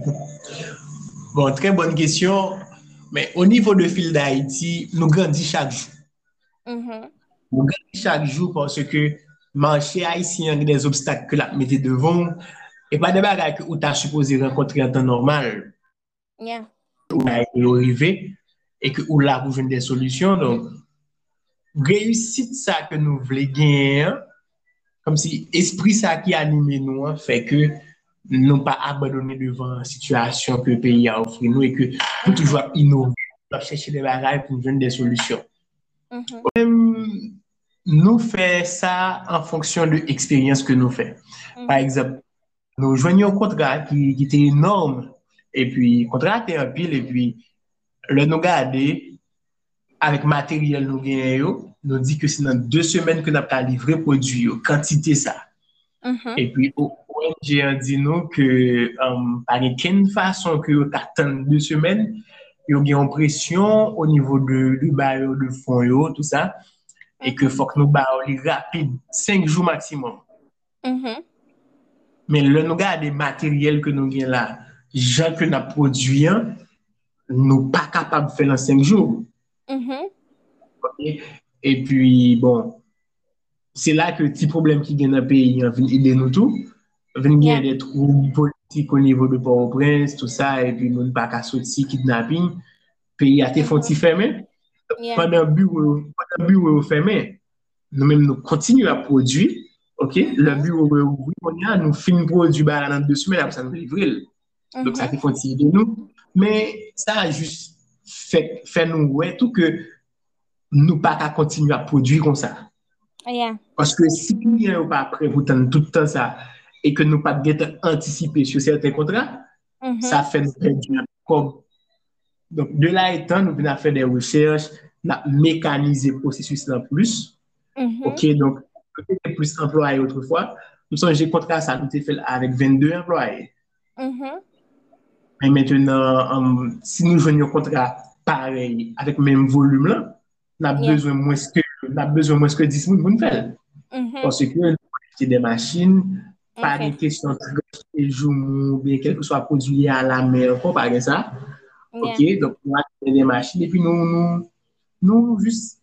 Bon, très bonne question. Mais au niveau de fil d'Haïti, nous grandissons chaque jour. Mm-hmm. Nous grandissons chaque jour parce que le marché haïtien a des obstacles que la mettez devant et pas des bagages que vous avez supposé rencontrer en temps normal. Yeah. Vous avez arrivé et que vous avez besoin des solutions. Donc, réussite ça que nous voulons gagner, comme si esprit ça qui anime nous, fait que nous pas abandonner devant la situation que le pays a offert nous et que nous toujours innover, chercher des bagages pour donner des solutions. Mm-hmm. Même, nous faisons ça en fonction de l'expérience que nous faisons. Mm-hmm. Par exemple, nous joignons un contrat qui, qui était énorme et puis le contrat était en pile et puis le nous garder avec matériel nous gagnons, nous dit que c'est dans deux semaines que nous avons livré produit, quantité ça. Mm-hmm. Et puis, O M G a dit nous que um, par aucune façon que vous attendez deux semaines, il y a une pression au niveau de, du barreau de fonds, tout ça, et Mm-hmm. que faut que nous barreau rapide, cinq jours maximum. Mm-hmm. Mais le nous garde des matériels que nous avons là, gens que nous avons produit, nous pas capables de faire dans cinq jours. Mm-hmm. Okay? Et puis, bon, c'est là que le petit problème qui vient dans le pays vient aider nous tous. Vient Yeah. des troubles politiques au niveau de Port-au-Prince, tout ça, et puis nous ne pas qu'à sortir, kidnapping. Le pays a été Mm-hmm. fermé. Yeah. Pendant le bureau, pendant le bureau fermé, nous-mêmes nous continuons à produire. OK? Mm-hmm. Le bureau ouvert, on a, nous finissons produire dans deux semaines, après ça nous livre. Mm-hmm. Donc ça fait continuer de nous. Mais ça a juste fait, fait nous ouais, tout que nous pas qu'à continuer à produire comme ça. Yeah. Parce que si nous n'est pas prêt pour tout le temps ça et que nous pas anticiper sur certains contrats, Mm-hmm. ça fait nous perdre du comme. Donc, de là étant, nous venons faire des recherches, nous mécaniser le processus en plus. Mm-hmm. OK, donc, peut-être plus employés autrefois. Nous sommes j'ai contrat ça, nous avons fait avec vingt-deux employés. Mm-hmm. Mais maintenant, um, si nous jouons un contrat pareil, avec le même volume là, on a Yeah. besoin moins que, on a besoin moins que dix mille pour nous faire. Mm-hmm. Parce que nous avons des machines, pas Okay. de question de jour, bien quel que soit produit à la mer, pas de ça. Yeah. OK, donc on a des machines et puis nous, nous, nous juste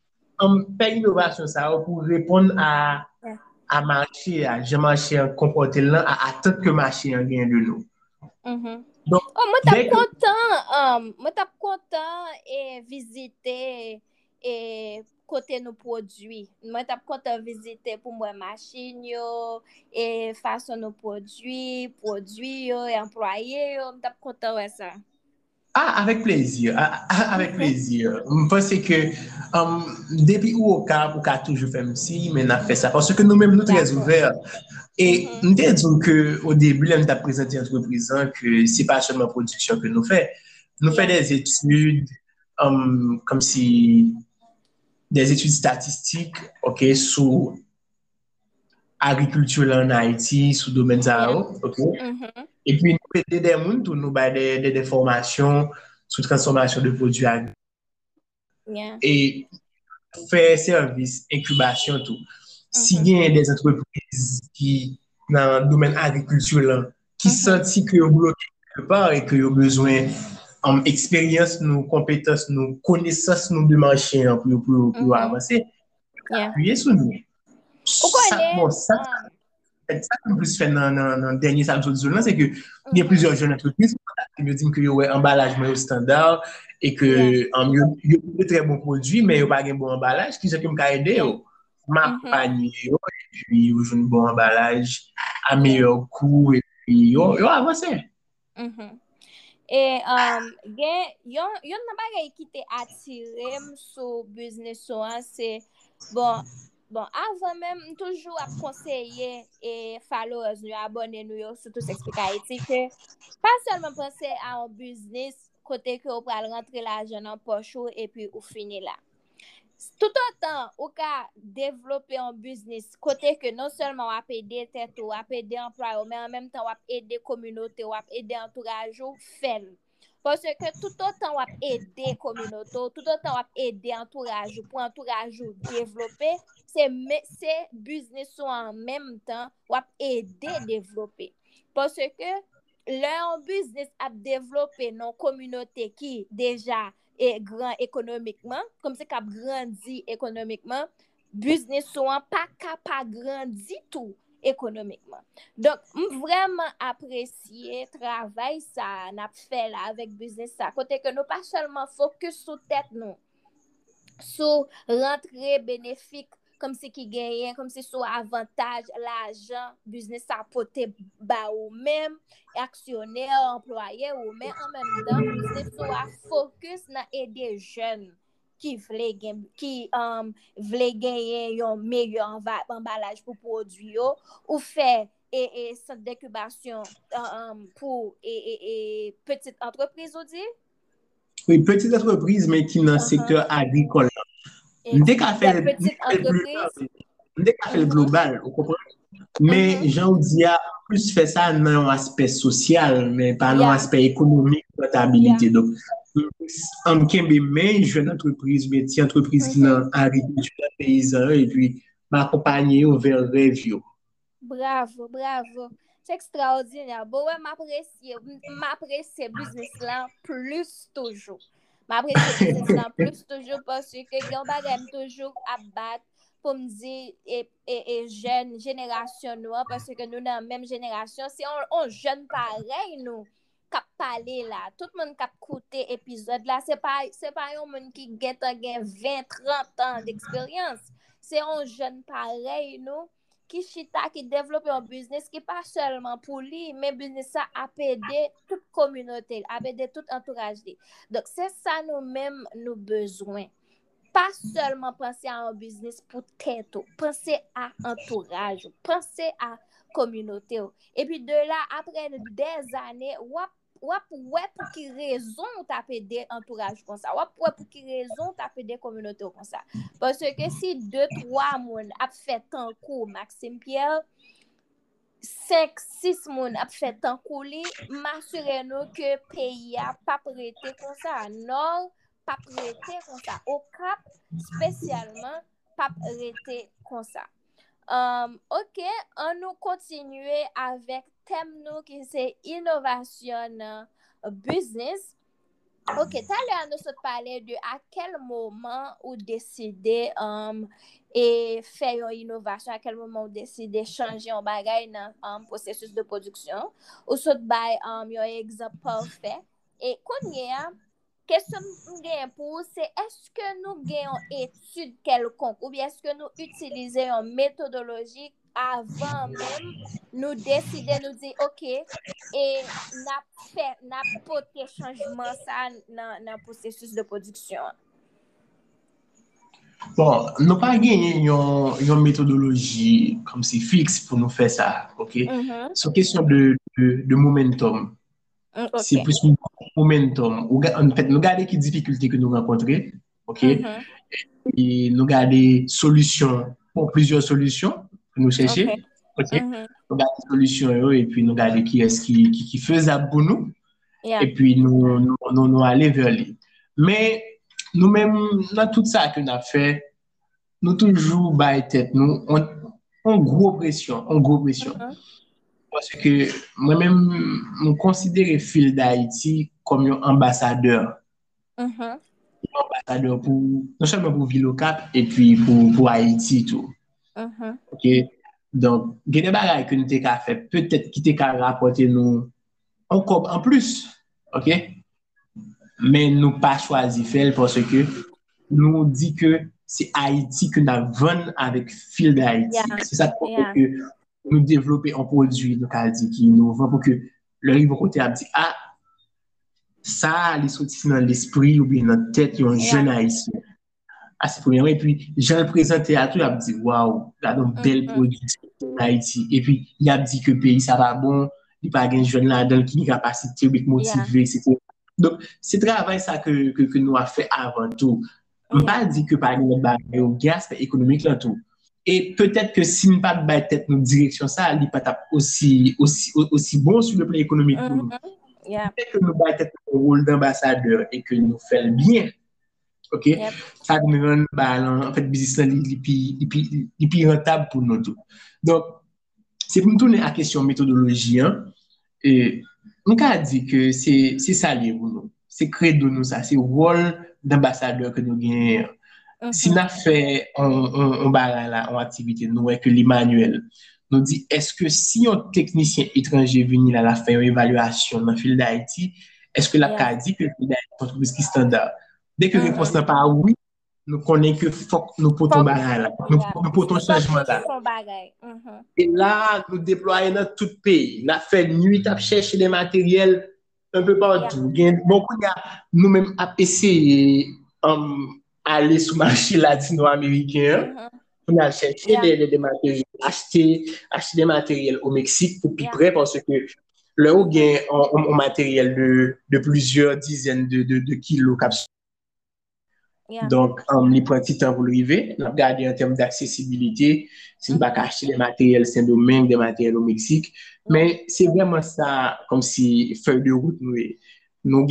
on fait innovation ça pour répondre à Yeah. à marché, à je marché comporter là, à attendre que marché en gain de nous. Mm-hmm. Donc, Oh, moi t'as dès que content, um, moi t'as content et visiter et côté nos produits. Moi t'as content visiter pour moi machine yo et façon nos produits, produits yo et employés yo, t'as content ouais ça. Ah, avec plaisir, ah, ah, avec plaisir. Je pense que um, depuis où au cas, pour qu'à toujours faire si, mais on a fait ça parce que nous-mêmes nous très D'accord. ouverts. Et Mm-hmm. nous disons que au début, on a présenté l'entreprise que c'est pas seulement production que nous faisons. Nous Yeah. faisons des études um, comme si des études statistiques, OK, sur agriculture en Haïti, sur le domaine Yeah. zao, OK. Mm-hmm. Et puis nous aider des gens pour nous faire des, des, des formations sur transformation de produits agricoles. Yeah. Et faire service, incubation, tout. S'il Mm-hmm. y a des entreprises qui, dans le domaine agriculture, là, qui Mm-hmm. sentent qu'ils sont bloqués quelque part et qu'ils ont besoin um, expérience, nos compétences, nos connaissances nous de marché hein, pour, pour, pour Mhm. avancer. Yeah. Appuyer sur nous. Ou Ça, connaît, bon, ça, um, ça qu'on plus fait dans, dans, dans le dernier salon de zone là, c'est que il y a mhm. plusieurs jeunes entreprises qui me disent que ouais, emballage mais au standard et que Yeah. um, il y a de très bons produits mais il n'y a pas de bon emballage qui c'est qui m'a aidé Yeah. yo Mhm. m'accompagner yo et puis yo un bon emballage à Yeah. meilleur coût et puis yo yo avancé. Mhm. Et um, gen, yon, yon nan bagay ki te atire m sou business so an, se, bon, bon, avan men, m toujou ap konseye e followers nou, abone nou yo, sou Tous Explique Haïti, ke, pa selman pense a an business, kote ke ou pral rentre l'ajan nan pochou, e pi ou fini la. Tout an tan, ou ka developpe an business, kote ke non selman wap ede tèt ou, wap ede employe ou, men an menm tan wap ede kominote, wap ede entourage ou, fel. Parce que tout an tan wap ede kominote, tout an tan wap ede entourage ou, pou entourage ou developpe, se, me, se business ou an menm tan, wap ede developpe. Parce que, le an business ap developpe non kominote ki deja et grand économiquement, comme c'est qu'a grandi économiquement, business soit pas capable grandi tout économiquement. Donc, m vraiment apprécier travail ça n'a fait là avec business ça. Côté que nous pas seulement focus sur tête nous, sur rentrée bénéfique comme si qui gagne, comme si sur avantage, l'argent, business ça porter ba ou même, actionnaire, employé ou même en même temps, business soit focus na aider jeunes qui vle gen, qui um, vle gagner un meilleur emballage pour produit yo, ou faire et, et centre d'incubation um, pour et, et, et petite entreprise ou dit? Oui, petite entreprise mais qui dans le Uh-huh. secteur agricole. Ex- Dès qu'à Des faire petites entreprises. dès qu'à faire Mhm. global, vous comprenez? Mais Mhm. j'en dis à plus fait ça dans un aspect social, mais pas dans un Yeah. aspect économique, Yeah. rentabilité. Donc, en kembe mais jeune entreprise, mais petite entreprise qui Mhm. dans agriculture paysan et puis m'accompagner vers rêve yo. Bravo, bravo. C'est extraordinaire. Bon, ouais, m'apprécie, m'apprécie business là plus toujours. M'apprécie business là plus toujours parce que gen bagay toujours à battre pour me dire et, et, et jeune génération nous parce que nous dans la même génération, si on, on jeune pareil nous kap parler là, tout le monde kap écouter épisode là, c'est pas c'est pas un monde qui gen vingt trente ans d'expérience. C'est un jeune pareil nous qui chita, qui développe un business qui pas seulement pour lui, mais business ça a aidé toute communauté, a aidé tout entourage. Donc, c'est ça nous-mêmes nous besoin. Pas seulement penser à un business pour tête, penser à entourage, penser à communauté. Et puis de là, après des années, wap, wap, ouais, pour qui raison t'as aidé entourage comme ça, wap, ouais, pour qui raison t'as aidé communauté comme ça. Parce que si deux, trois moun a fait un coup, Maxime Pierre, cinq, six moun a fait un coup, li, m'assurez-nous que pays a pas prêté comme ça. Non, pas prêté comme ça. Au Cap, spécialement, pas prêté comme ça. Um, ok, on nous continuer avec thème nous qui c'est innovation uh, business. Ok, tout à l'heure, nous sommes parlé de à quel moment ou décider um, et faire une innovation, à quel moment ou décider changer un bagage dans un um, processus de production. Ou soit by um, un exemple parfait. Et qu'on y a, question pour c'est est-ce que nous gagnons étude quelconque ou bien est-ce que nous utilisons une méthodologie avant même nous décider nous dire ok et n'a fait n'a porté changement ça dans dans processus de production. Bon, nous pas gagné une, une méthodologie comme si fixe pour nous faire ça, ok? Mm-hmm. C'est une question de, de, de momentum. Mm, okay. C'est plus un momentum. En fait, nous regardons les difficultés que nous rencontrons, ok? Mm-hmm. Et nous regardons les solutions, pour plusieurs solutions que nous cherchons, Okay. ok? Mm-hmm. Nous regardons les solutions et puis nous regardons qui est-ce qui, qui, qui faisable pour nous, Yeah. et puis nous, nous, nous, nous aller vers lui. Mais nous-mêmes, dans tout ça que nous avons fait, nous toujours bailler tête, nous, on, on gros pression, on gros pression. Mm-hmm. Parce que moi-même, je considère le fil d'Haïti comme un ambassadeur. Mhm. Ambassadeur pour, non seulement pour Ville au Cap, et puis pour, pour Haïti tout. Mhm. OK? Donc, il y a des bagages que nous avons fait, peut-être qui t'ont rapporté nous encore en plus. OK? Mais nous pas choisi faire parce que nous dit que c'est Haïti que nous avons avec fil d'Haïti. Yeah. C'est ça pour Yeah. que nous développer un produit nous avons dit qui nous vend pour que le rive côté a dit ah ça les sorti dans l'esprit ou bien dans la tête un jeune Yeah. Haïtien. Ah, c'est premièrement. Et puis, j'ai le présenté à tout, il a dit, waouh, là, donc, belle Mhm. production en Haïti. Et puis, il a dit que le pays, ça va bon, il n'y a pas de jeunes là-dedans qui ont capacité, qui Yeah. motivé, et cetera. Donc, c'est travail ça que, que, que nous avons fait avant tout. On ne Yeah. pas dit que par exemple, le gaz économique là tout. Et peut-être que si nous pas de tête nos direction ça, il n'est pas aussi, aussi, aussi bon sur le plan économique pour nous. Mhm. Yeah. Peut-être que nous avons peut-être un rôle d'ambassadeur et que nous faisons bien. OK? Yep. Ça nous rend bah, en fait business est plus rentable pour nous tous. Donc, c'est pour me tourner à la question méthodologie. Hein, et on a dit que c'est ça lié pour nous. C'est créer de nous ça. C'est le rôle d'ambassadeur que nous gagnons. Mhm. Si nous fait un, un, un barrage là, en activité, nous voyons que l'Emmanuel nous dit est-ce que si un technicien étranger venu là, la faire une évaluation dans le fil d'Haïti, est-ce que la Yeah. dit que le fil d'Haïti est une entreprise qui est standard? Dès que la Mhm. réponse n'est pas oui, nous connaissons que faut que nous potons Faut- barrage là, nous, Yeah. nous potons C'est pas changement plus là. son bagay. Mhm. Et là, nous déployons dans tout le pays. Nous avons fait nuit à chercher des matériels un peu partout. Yeah. Beaucoup de nous-mêmes avons essayé d'aller sur le marché latino-américain. Mhm. On a cherché Yeah. des, des, des matériels, acheter, acheter des matériels au Mexique pour plus Yeah. près parce que là où Mhm. il y a un, un matériel de, de plusieurs dizaines de, de, de kilos capsules. Yeah. Donc, um, les points temps pour l'arrivée, on a regardé en termes d'accessibilité, si on ne Mhm. va pas acheter des matériels Saint-Domingue, des matériels au Mexique. Mais c'est vraiment ça, comme si feuille de route, nous, nous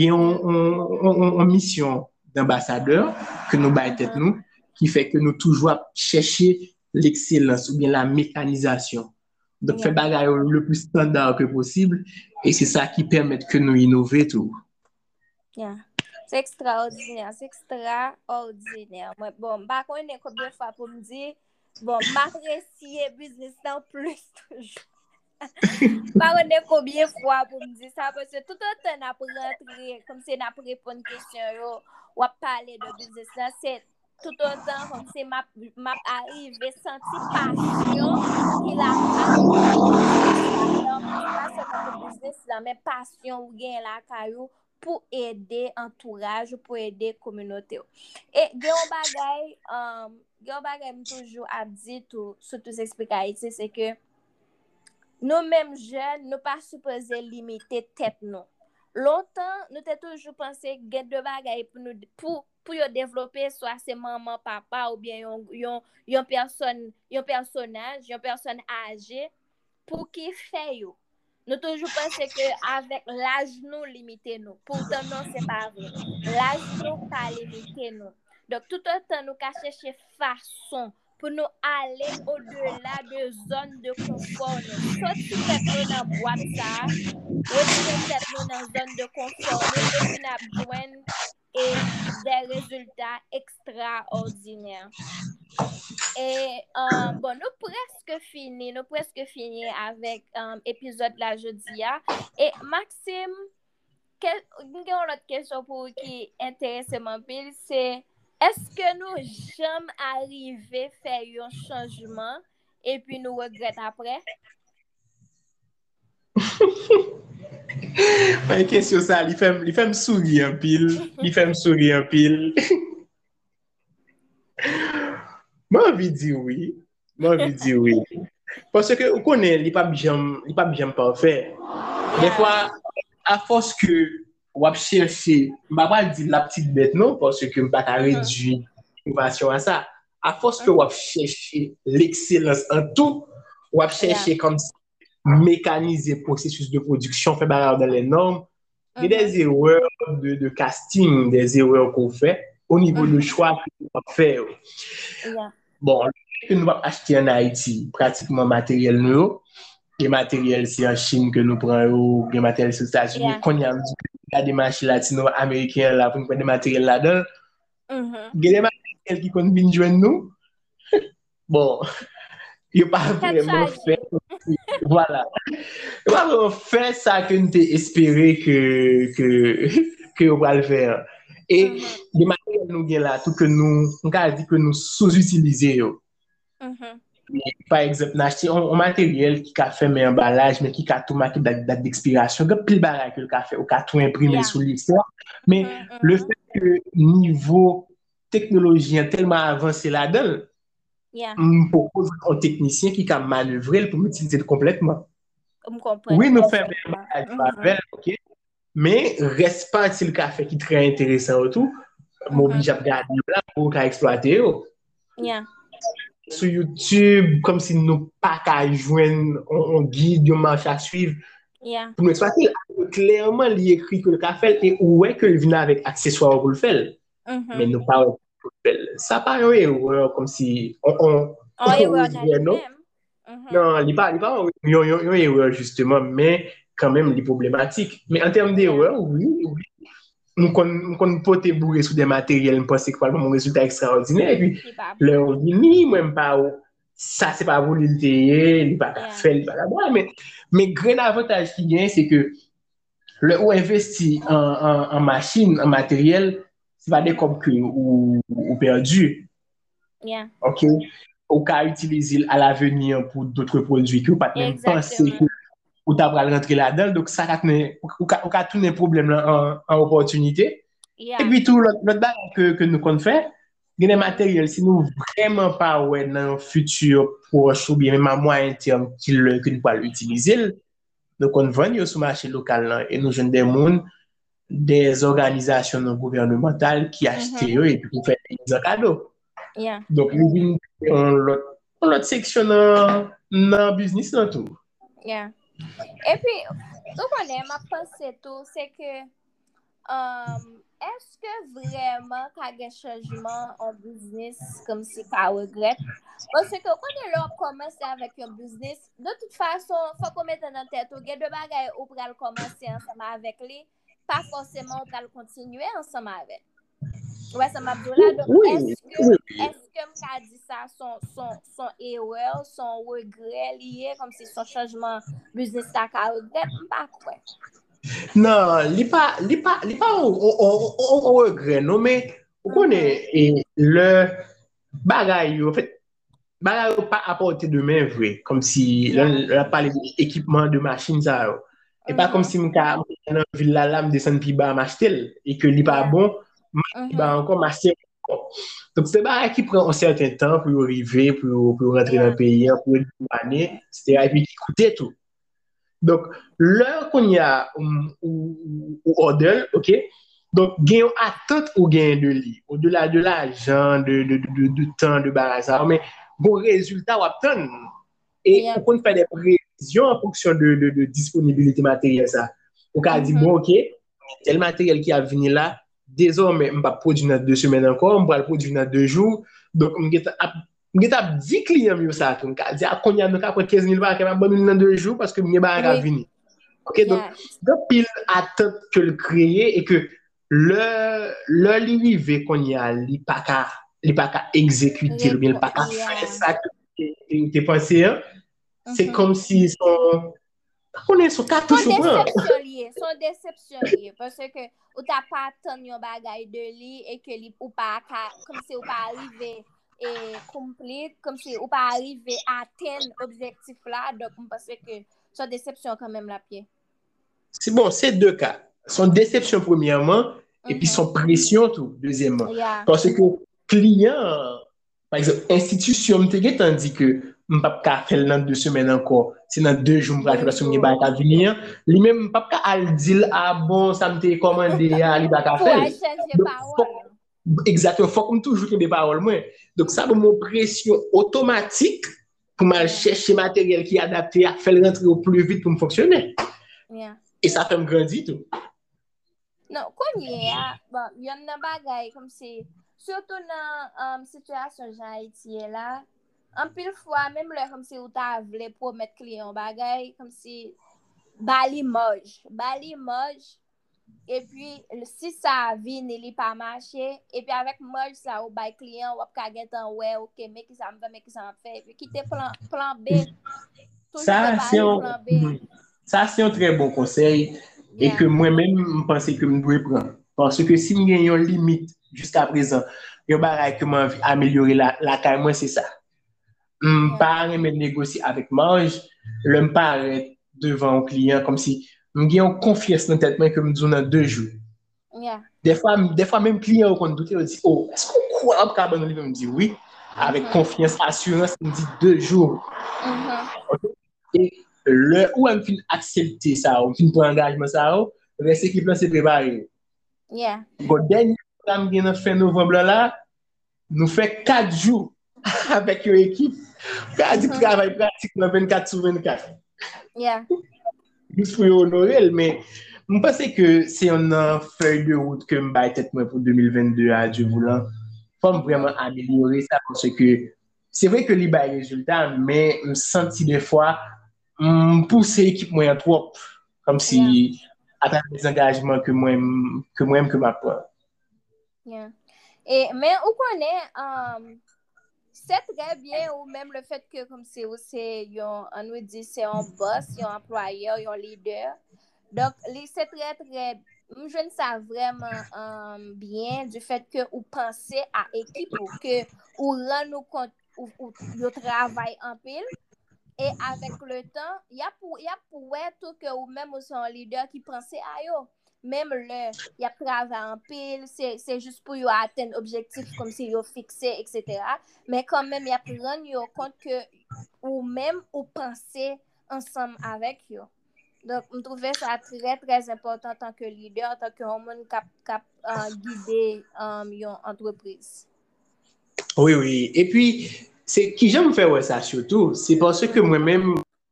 avons une mission d'ambassadeur que nous battons Mhm. nous, qui fait que nous toujours chercher l'excellence ou bien la mécanisation. Donc, Yeah. faire bagaille le plus standard que possible, et c'est ça qui permet que nous innover tout. Yeah. C'est extraordinaire, c'est extraordinaire. Moi, bon, je ne sais pas combien de fois pour me dire, bon, m'apprécier business dans plus toujours. Je ne sais pas combien de fois pour me dire ça, parce que tout le temps, on a rentré, comme si on a répondu à une question, ou à parler de business là, c'est tout le temps comme si m'a m'a arrivé senti passion qui la caillou pas seulement pour business là mais passion ou gain la caillou pour aider entourage pour aider communauté et gen bagay um gen bagay m toujours a dit tout surtout expliquer ici c'est que nous mêmes jeunes nous pas supposé limiter tête nous longtemps nous t'ai toujours pensé gen de bagay pour nous pour pour yo développer soit c'est maman papa ou bien yon yon yon personne yon personnage yon personne âgée pour qui fait yo nous toujours penser que avec l'âge nous limiter nous pourtant non c'est pas vrai l'âge nous pas limiter nous donc tout le temps nous ca chercher façon pour nous aller au-delà de zone de confort nous sortir tête nous dans boîte ça retirer tête nous dans zone de confort nous et puis n'a joindre et des résultats extraordinaires. Et euh, bon, nous presque fini, nous presque fini avec um, épisode la jeudi. Et Maxime, quelle une autre question pour qui intéresse mon pile, c'est est-ce que nous jamais arrivé à faire un changement et puis nous regrettons après? Une question ça, il fait, il fait me sourire un pile, il fait me sourire un pile. Moi, envie de dire oui. Moi, envie de dire oui. Parce que, vous connaissez, il n'est pas bien, il pas bien parfait. Yeah. Des fois, à force que vous cherchez, je ne vais pas dire la petite bête, non, parce que je ne vais pas réduire l'innovation à ça. À force que vous cherchez l'excellence en tout, vous cherchez yeah. comme ça, mécaniser le processus de production, faire barrière dans les normes. Il y a des erreurs de, de casting, des erreurs qu'on fait au niveau mm-hmm. du choix qu'on va faire. Yeah. Bon, nous allons acheter en Haïti pratiquement matériel nouveau. les matériels, c'est en Chine que nous prenons, les matériels c'est aux États-Unis. Yeah. Quand il y a il y a des machines latino-américaines là, pour nous prendre des matériels là-dedans, Mhm. il y a des matériels qui comptent venir joindre nous. Bon, il n'y a pas T'as vraiment fait. chargé. Voilà. Il n'y a pas vraiment fait ça que nous espéré que, que, que on va le faire. Et Mhm. les matériels nous avons là, tout que nous, on a dit que nous sous-utilisons. Mhm. Par exemple, on a acheté un, un matériel qui a fait un emballage, mais qui a tout marqué date, date d'expiration. Il y a plus de bagages que le café, ou a tout imprimé Yeah. sur l'histoire. Mais Mhm. le Mhm. fait que niveau technologie est tellement avancé là-dedans, Yeah. on propose un technicien qui a manœuvré pour l'utiliser complètement. Je comprends Oui, nous faisons un perfectement. emballage Mhm. avec, ok? Mais reste pas si le café qui est très intéressant autour, Mhm. m'oblige à regarder là pour exploiter. Yeah. Sur YouTube, comme si nous pas qu'à joindre un guide, un marche à suivre. Yeah. Pour nous exploiter, clairement, il écrit que le café et où est qu'il vient avec accessoires pour le faire. Mais Mhm. nous pas pour le faire. Ça pas une erreur, comme si on, on, En on erreur dans regret, non? lui-même. Mhm. Non, il n'est pas, il pas une une erreur, justement, mais quand même, il est problématique. Mais en termes Yeah. d'erreur, oui, oui. Nous qu'on peut te bourrer sur des matériels, je pense que c'est un résultat extraordinaire. Et puis, C'est pas le bon. vini, même pas, ça, c'est pas vous l'idée, il n'est pas Yeah. fait, il n'est pas là-bas. Mais, mais, grand avantage qui vient, c'est que le ou investi en, en, en machine, en matériel, c'est pas des Mhm. comme que ou, ou perdu. Yeah. OK? Ou qu'à utiliser à l'avenir pour d'autres produits que vous pas même penser que Exactement. ou t'as pas rentrer là-dedans. Donc, ça a ou qu'à tourner problème là en, en opportunité. Et Yeah. puis, tout l'autre bagage que, que nous comptons faire, il y a des Mhm. matériels, si nous vraiment pas ouais, dans le futur proche ou bien même à moyen terme qu'il que nous pouvons l'utiliser, donc on vend sur le marché local là, et nous jeunes des mondes, des organisations non gouvernementales qui achètent Mhm. et puis qui font des cadeaux. Yeah. Donc, nous avons l'autre section dans le business dans tout. Yeah. Et puis, tout qu'on aime à penser tout, c'est que Um, est-ce que vraiment qu'il y a un changement en business comme si qu'on regrette? Parce que quand on est là, commencer avec un business, de toute façon, il faut qu'on mette dans la tête, il y a deux bagages où on va commencer ensemble avec lui, pas forcément on va continuer ensemble avec. Ouais, ça m'a dit là. Donc, Oui, est-ce que, oui. est-ce que m'a dit ça, son, son, son erreur, son regret lié, comme si son changement business là qu'on regrette, pas quoi. Non, il n'est pas, il pas, il pas, on, on, on, on regrette, non, mais on Mhm. connaît et le bagage, en fait, bagage pas apporté de main vrai, comme si, là, Yeah. on parlé d'équipement de machines, ça, et pas comme Mhm. si, je dans une ville là, là, me descendre puis bas m'acheter, et que il pas Yeah. bon, il va Mhm. encore m'acheter. Donc, c'est bagage qui prend un certain temps pour arriver, pour, pour rentrer dans le Yeah. pays, pour une année, et cetera, et puis qui coûtait tout. Donc, l'heure qu'on y a um, ou, ou order, ok? Donc, gain attente ou gain de lit, au-delà de l'argent, de, de, de, de, temps, de barrage, mais bon résultat ou attendre. Et Yeah. on fait des prévisions en fonction de, de, de disponibilité matérielle. Ça. On a dit, Mhm. bon, ok, tel matériel qui a venu là, désormais, je ne vais pas produire dans deux semaines encore, je vais le produire dans deux jours. Donc, je vais Mwen dix clients yo ça tout. Mwen di a konya nou ka prend quinze mille barres m'a bonne dans deux jours parce que mwen ba ka Oui. vini. OK donc Yeah. de pile attente que le créer et que le le arrivé qu'on y a li pas ka li pas ka exécuter ou bien li Répond. pas ka faire Yeah. ça que tu pensé hein? C'est Mhm. comme si son on est son Son cartouche ou prend. déception liée. Son déception liée. Parce que ou t'as pas attendu yon bagay de li et que li ou pas ka, comme si ou pas arrivé et complete, comme si ou pas arrivé à atteindre objectif là. Donc, parce que son déception quand même la pied. C'est bon, c'est deux cas. Son déception premièrement et puis Mhm. son pression tout deuxièmement. Yeah. Parce que client, par exemple, institution, me te tandis que je pas ka faire dans deux semaines encore. C'est dans deux jours, je vais Deux faire son ba jours. ka venir. Lui-même, pas ka al dire, ah bon, ça me te commandé, ah, li ba ka Pour faire. changer Donc, faut, parole. exactement, faut comme toujours qu'il des paroles, moi. Donc, ça, mon pression automatique pour mal Yeah. chercher matériel qui est adapté à faire rentrer au plus vite pour me fonctionner. Yeah. Et ça fait me grandir tout. Non, konye a, bon, yon nan bagay kom se, surtout nan um, situasyon jan Haiti la, en pile fois, même là, comme si ou ta vle promettre client bagay, comme si bali moj, bali moj, et puis si ça vient, il pas marché, et puis avec moj ça ou bay client, ou ka gen tan ouais, ok, mais qui ça me fait, mais qui ça me fait, et puis quitter plan, plan B, toujours te Ça, c'est parler un, plan B. mhm. Ça, c'est un très bon conseil et que Yeah. moi-même, je pense que je dois prendre. Parce que si j'ai une limite jusqu'à présent, il y a que moi améliorer la, la caille, moi, c'est ça. Je ne Yeah. pas me négocier avec marge, je ne pas arrêter devant un client comme si je j'ai une confiance dans tête que je me dis dans deux jours. Yeah. Des fois, des fois même client quand doute, il dit oh, est-ce qu'on croit en carbone livre? Je me dis oui, avec Mm-hmm. confiance, assurance, il me dit deux jours. Mm-hmm. Et le où on fin accepter ça, on fin prendre engagement ça, reste équipe là c'est préparé. Yeah. Bon dernier programme qui est fin novembre là, nous fait quatre jours avec une équipe. On dit Mm-hmm. travail pratiquement vingt-quatre sur vingt-quatre. Yeah. Juste pour honorer, mais je pense que c'est une feuille de route que je vais tête pour deux mille vingt-deux à Dieu voulant. Il faut vraiment améliorer ça parce que c'est vrai que l'I B A est résultat, mais je me sens des fois pousser l'équipe moins trop, comme Yeah. si à travers les engagements que moi que moi que ma prends. Yeah. Et, mais on connaît, um, c'est très bien, ou même le fait que, comme c'est, c'est, on nous dit, c'est un boss, un employeur, un leader. Donc, c'est très, très, je ne sais vraiment um, bien du fait que vous pensez à l'équipe, que vous rendez compte, ou, ou, vous travaillez en pile. Et avec le temps, il y a pour, y a pour tout que ou même aussi un leader qui pensait à yo. Même le, il y a travail en pile, c'est, c'est juste pour yo atteindre l'objectif comme si yo fixé, et cetera. Mais quand même, il y a prendre yo compte que ou même ou penser ensemble avec yo. Donc, je trouvais ça très, très important en tant que leader, en tant que homme qui cap uh, guider um, une entreprise. Oui, oui. Et puis, c'est qui j'aime faire ouais, ça surtout, c'est parce que moi-même,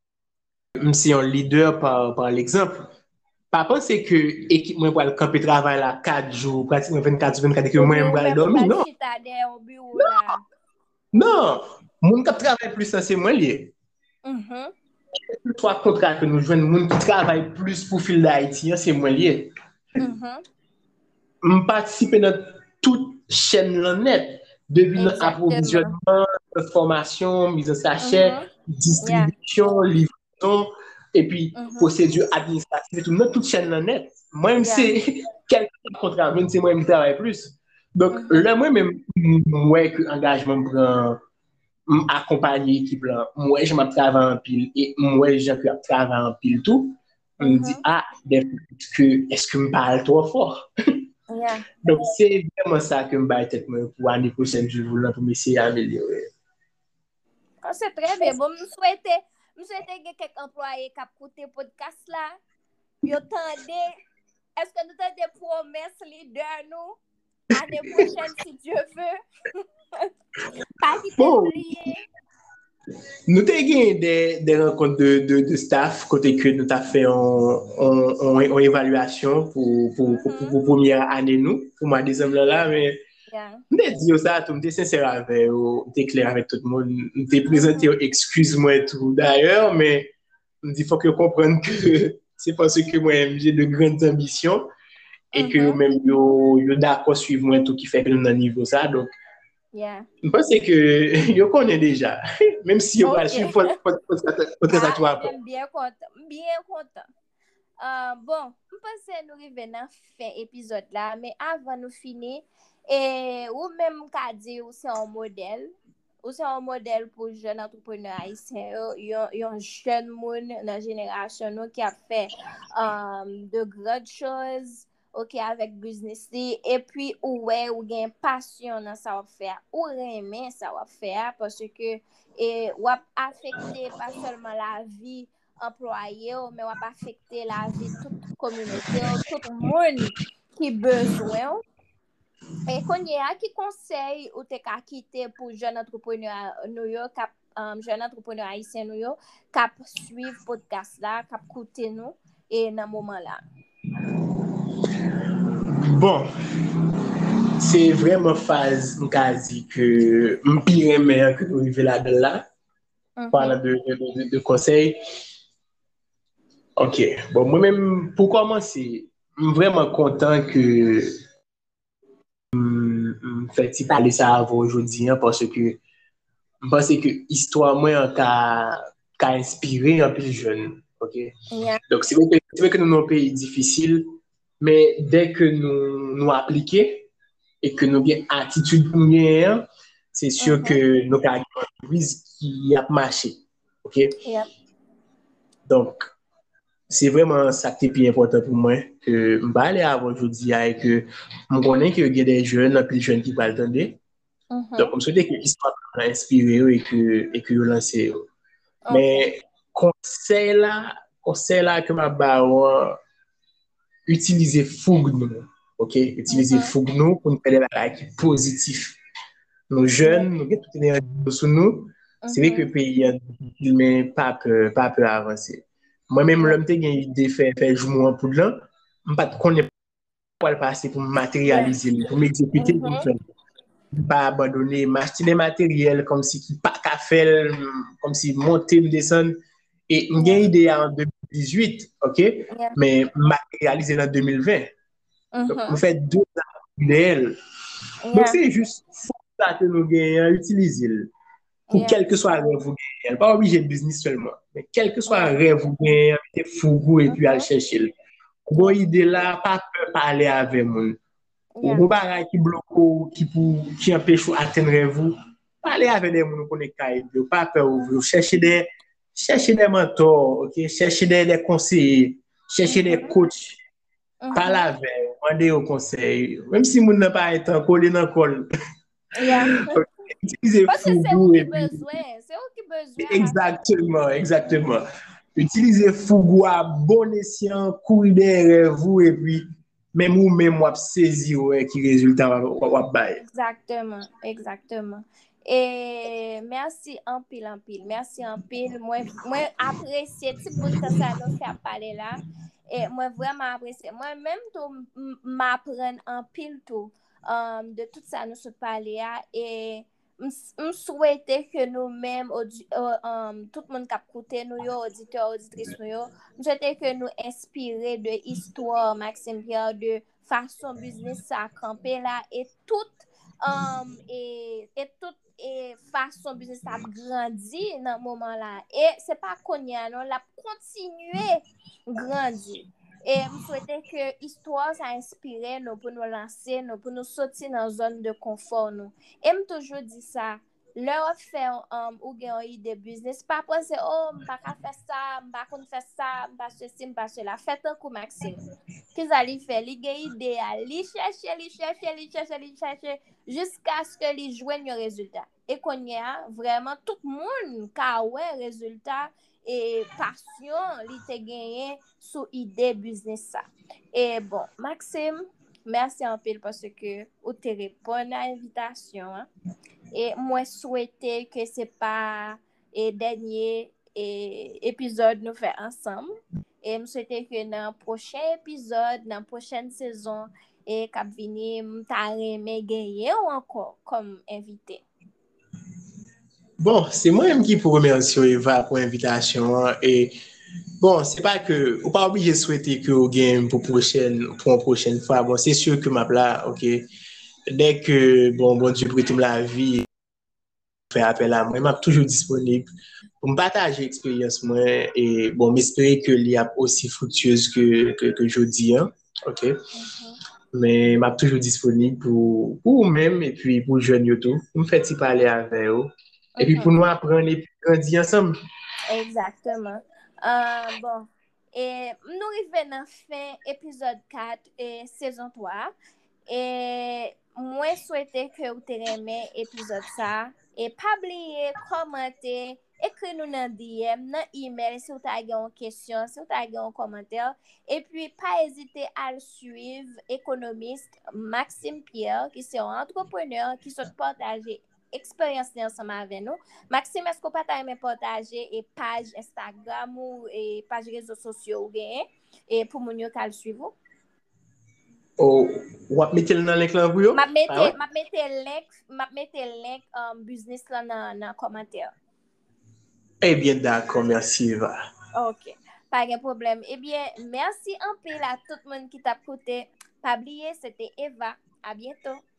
je suis un leader par, par l'exemple. Pas penser que l'équipe moi pour le camper travail là quatre jours, pratiquement vingt-quatre sur vingt-quatre et que Et moi puis, je ou vais même ou dormir. pas Non, chita derrière au bureau là. non. Mon qui travaille plus, ça c'est moi lié. Mm-hmm. Trois contrats que nous jouons, mon qui travaille plus pour fil d'Haïti, c'est moi lié. Mm-hmm. Je participe dans toute chaîne là net, depuis Exactement. l'approvisionnement, formation, mise en sachet, Mm-hmm. Yeah. distribution, livraison, et puis Mm-hmm. procédure administrative, tout, dans toute chaîne là net. Moi-même, Yeah. c'est quelqu'un contrat, même si moi-même travaille plus. Donc, Mm-hmm. là, moi-même, moi, que engagement prend accompagner l'équipe là, moi, je me travaille en pile, et moi, je travaille en pile tout. On me dit, Mm-hmm. ah, que, est-ce que je me parle trop fort? Yeah. Donc, c'est vraiment ça que je vais tête pour l'année prochaine, je voulais pour m'essayer d'améliorer. Oh, c'est très bien. Bon, je souhaite, je souhaite que quelques employés qui écoutent podcast là, yo tendez, est-ce que nous avons des promesses leader nous, année prochaine, si Dieu veut? Pas quitter Bon, oublier. nous avons gagné des, des rencontres de, de, de staff, côté que nous avons fait une évaluation pour, pour, pour, pour, Mm-hmm. pour première année, nous, pour ma deuxième là, mais Yeah. je me dis ça, tu me sincère avec vous, tu es clair avec tout le monde, tu te présenté, Mm-hmm. excuse-moi et tout d'ailleurs, mais il faut que comprendre que c'est parce que moi j'ai de grandes ambitions et que Mm-hmm. même yo, yo d'accord suivre moi tout qui fait que nous dans niveau ça, donc Yeah. je pense que yo connaît déjà, même si yo pas suivre OK. votre ça Ah, tu et après. bien, bien content. Bien content. Uh, bon, je pense que nous arrivons à la fin de l'épisode là, mais avant de finir, et ou même qu'à dire c'est un modèle, ou c'est un modèle pour les jeunes entrepreneurs haïtiens, il y a un jeune monde dans la génération nous, qui a fait um, de grandes choses, ok, avec business li, et puis ouais, ou gain passion dans ça va faire, ou aimer ça va faire parce que et ou affecter pas seulement la vie employé mais va pas affecter la vie de toute communauté, tout le monde qui besoin. Et qu'on y a qui conseille ou te ka quitter pour jeune entrepreneur nous yo cap um, jeune entrepreneur haïtien nous yo cap suivre podcast là, cap écouter nous et dans moment là. Bon, c'est vraiment phase quasi que je pire meilleur que nous arriver là-dedans là. Parlant Mhm. de, de, de, de conseils. Ok. Bon, moi-même, pour commencer, je suis vraiment content que je fasse parler ça avant aujourd'hui hein, parce que je pense que l'histoire, moi, a, a inspiré un peu de jeunes. Ok. Yeah. Donc, c'est vrai, que, c'est vrai que nous sommes un pays difficile, mais dès que nous nous appliquons et que nous avons une attitude pour nous, c'est sûr Mhm. que nous avons une entreprise qui a marché. Ok. Yeah. Donc, c'est vraiment ça qui est plus important pour moi que je vais aller avant aujourd'hui et que je connais qu'il y a des jeunes, plus jeunes qui vont attendre. Donc, Mhm. comme je souhaite que l'histoire va inspirer et que et que vous lancez. OK. Mais conseil là, conseil là que ma baron utiliser fougue nous. OK, utiliser Mhm. fougue nous pour nous faire des bagages qui positifs. Nos Yeah. jeunes, nous avons toute l'énergie sur nous. C'est vrai que le Mhm. pays a mais pas peur, pas peur avancer. Moi-même, Yeah. l'homme qui a une idée de faire faire jouer pour là, je ne connais pas le passer pour Yeah. matérialiser, pour m'exécuter, pour me Mhm. faire. Pas abandonner, m'acheter des matériels comme si qui pas qu'à faire, comme si monter, me descendre. Et j'ai Yeah. une idée en deux mille dix-huit, OK? Yeah. Mais matérialiser en deux mille vingt. Donc, nous Mhm. fait deux ans idéal. Donc, Yeah. c'est juste ça que nous gagnons, utiliser pour Yeah. quel que soit le rêve vous gagnez. Pas obligé de business seulement, mais quel que soit Yeah. le rêve vous gagnez, mettez fougou et puis aller Mhm. chercher. Bon Yeah. idée là, pas peur parler avec moi. Yeah. Ou bagay qui bloque qui pour qui empêche atteindre vous, parler avec des gens qui connaissent pas peur ouvrir, chercher des chercher des mentors, OK, chercher des, des conseillers, chercher des Mhm. coachs, parler Mhm. avec, demander au conseil, même si moun n'a pas été collé dans col. Yeah. Utilisez Parce que c'est vous Fugu qui et puis besoin. C'est vous qui besoin à la fin. exactement, exactement. Utilisez Fugu à bon escient, courir derrière vous et puis même ou même wap saisi ouais, qui résultat wap wap bay. Exactement, exactement. Et merci en pile, en pile. Merci en pile. Moi, moi apprécié tout le monde que ça nous fait parler là. Et moi, vraiment apprécié. Moi-même, tout m'apprendre en pile tout um, de tout ça nous fait parler là. Et je souhaitais que nous-mêmes, audi- euh, um, tout le monde qui a écouté nous, yo, auditeurs, auditrices, nous, yo, je souhaitais que nous inspirer de histoire, Maxime Pierre, de façon business à camper là et tout um, et, et tout et façon business a grandi dans ce moment là et c'est pas qu'on y a non la continuer grandir et je souhaitais que l'histoire ça inspire nous pour nous lancer nous pour nous sortir dans zone de confort nous et me toujours dit ça leur faire um, ou gen une idée business pas penser oh m'pas ka faire ça m'pas kon faire ça m'pas ceci m'pas cela faites un coup Maxime qu'ils allaient faire, ils ont idée, ils chercher, ils chercher, ils chercher, ils chercher, jusqu'à ce que ils joignent le résultat. Et qu'on y a vraiment tout le monde qui a ouais résultat et passion, il te gagné sous idée business ça. Et bon, Maxime, merci un peu parce que vous te répondu à l'invitation. Hein. Et moi, souhaiter que ce n'est pas le dernier et, épisode nous fait ensemble. Et je souhaite que dans le prochain épisode, dans la prochaine saison, et cap vini, m'tareme gagner ou encore comme invité. Bon, c'est moi-même qui pour remercier Eva pour l'invitation et bon, c'est pas que ou pas obligé de souhaiter que au game pour prochaine pour une prochaine fois. Bon, c'est sûr que ma là, OK. Dès que bon bon Dieu prête la vie faire appel à moi, je suis toujours disponible pour me partager l'expérience moi et bon m'espérer que l'y a aussi fructueuse que que que jeudi hein. OK. Mm-hmm. Mais je suis toujours disponible pour pour vous-même et puis pour jeunes YouTube. Pour me faire parler avec eux et puis pour Mm-hmm. nous apprendre et puis grandir ensemble. Exactement. Euh, bon. Et nous arrivons dans fin épisode quatre et saison trois. Et moi, souhaite que vous aimé l'épisode ça. Et pas oublier, commenter, écrire-nous dans D M, dans email si vous avez une question, si vous avez un commentaire. Et puis, pas hésiter à le suivre, économiste Maxime Pierre, qui est un entrepreneur qui souhaite partager expérience ensemble avec nous. Maxime, est-ce que vous pouvez partager et page Instagram ou et page réseaux sociaux ou bien et pour mon yo le suivre? Ou wap mette nan link lan pou yo? Map mette, Ah ouais? map mette link, map mette link um, business la nan, nan commentaire. Eh bien, d'accord, merci Eva. Ok, pas de problème. Eh bien, merci un peu à tout le monde qui t'a écouté. Pas oublier, c'était Eva. À bientôt.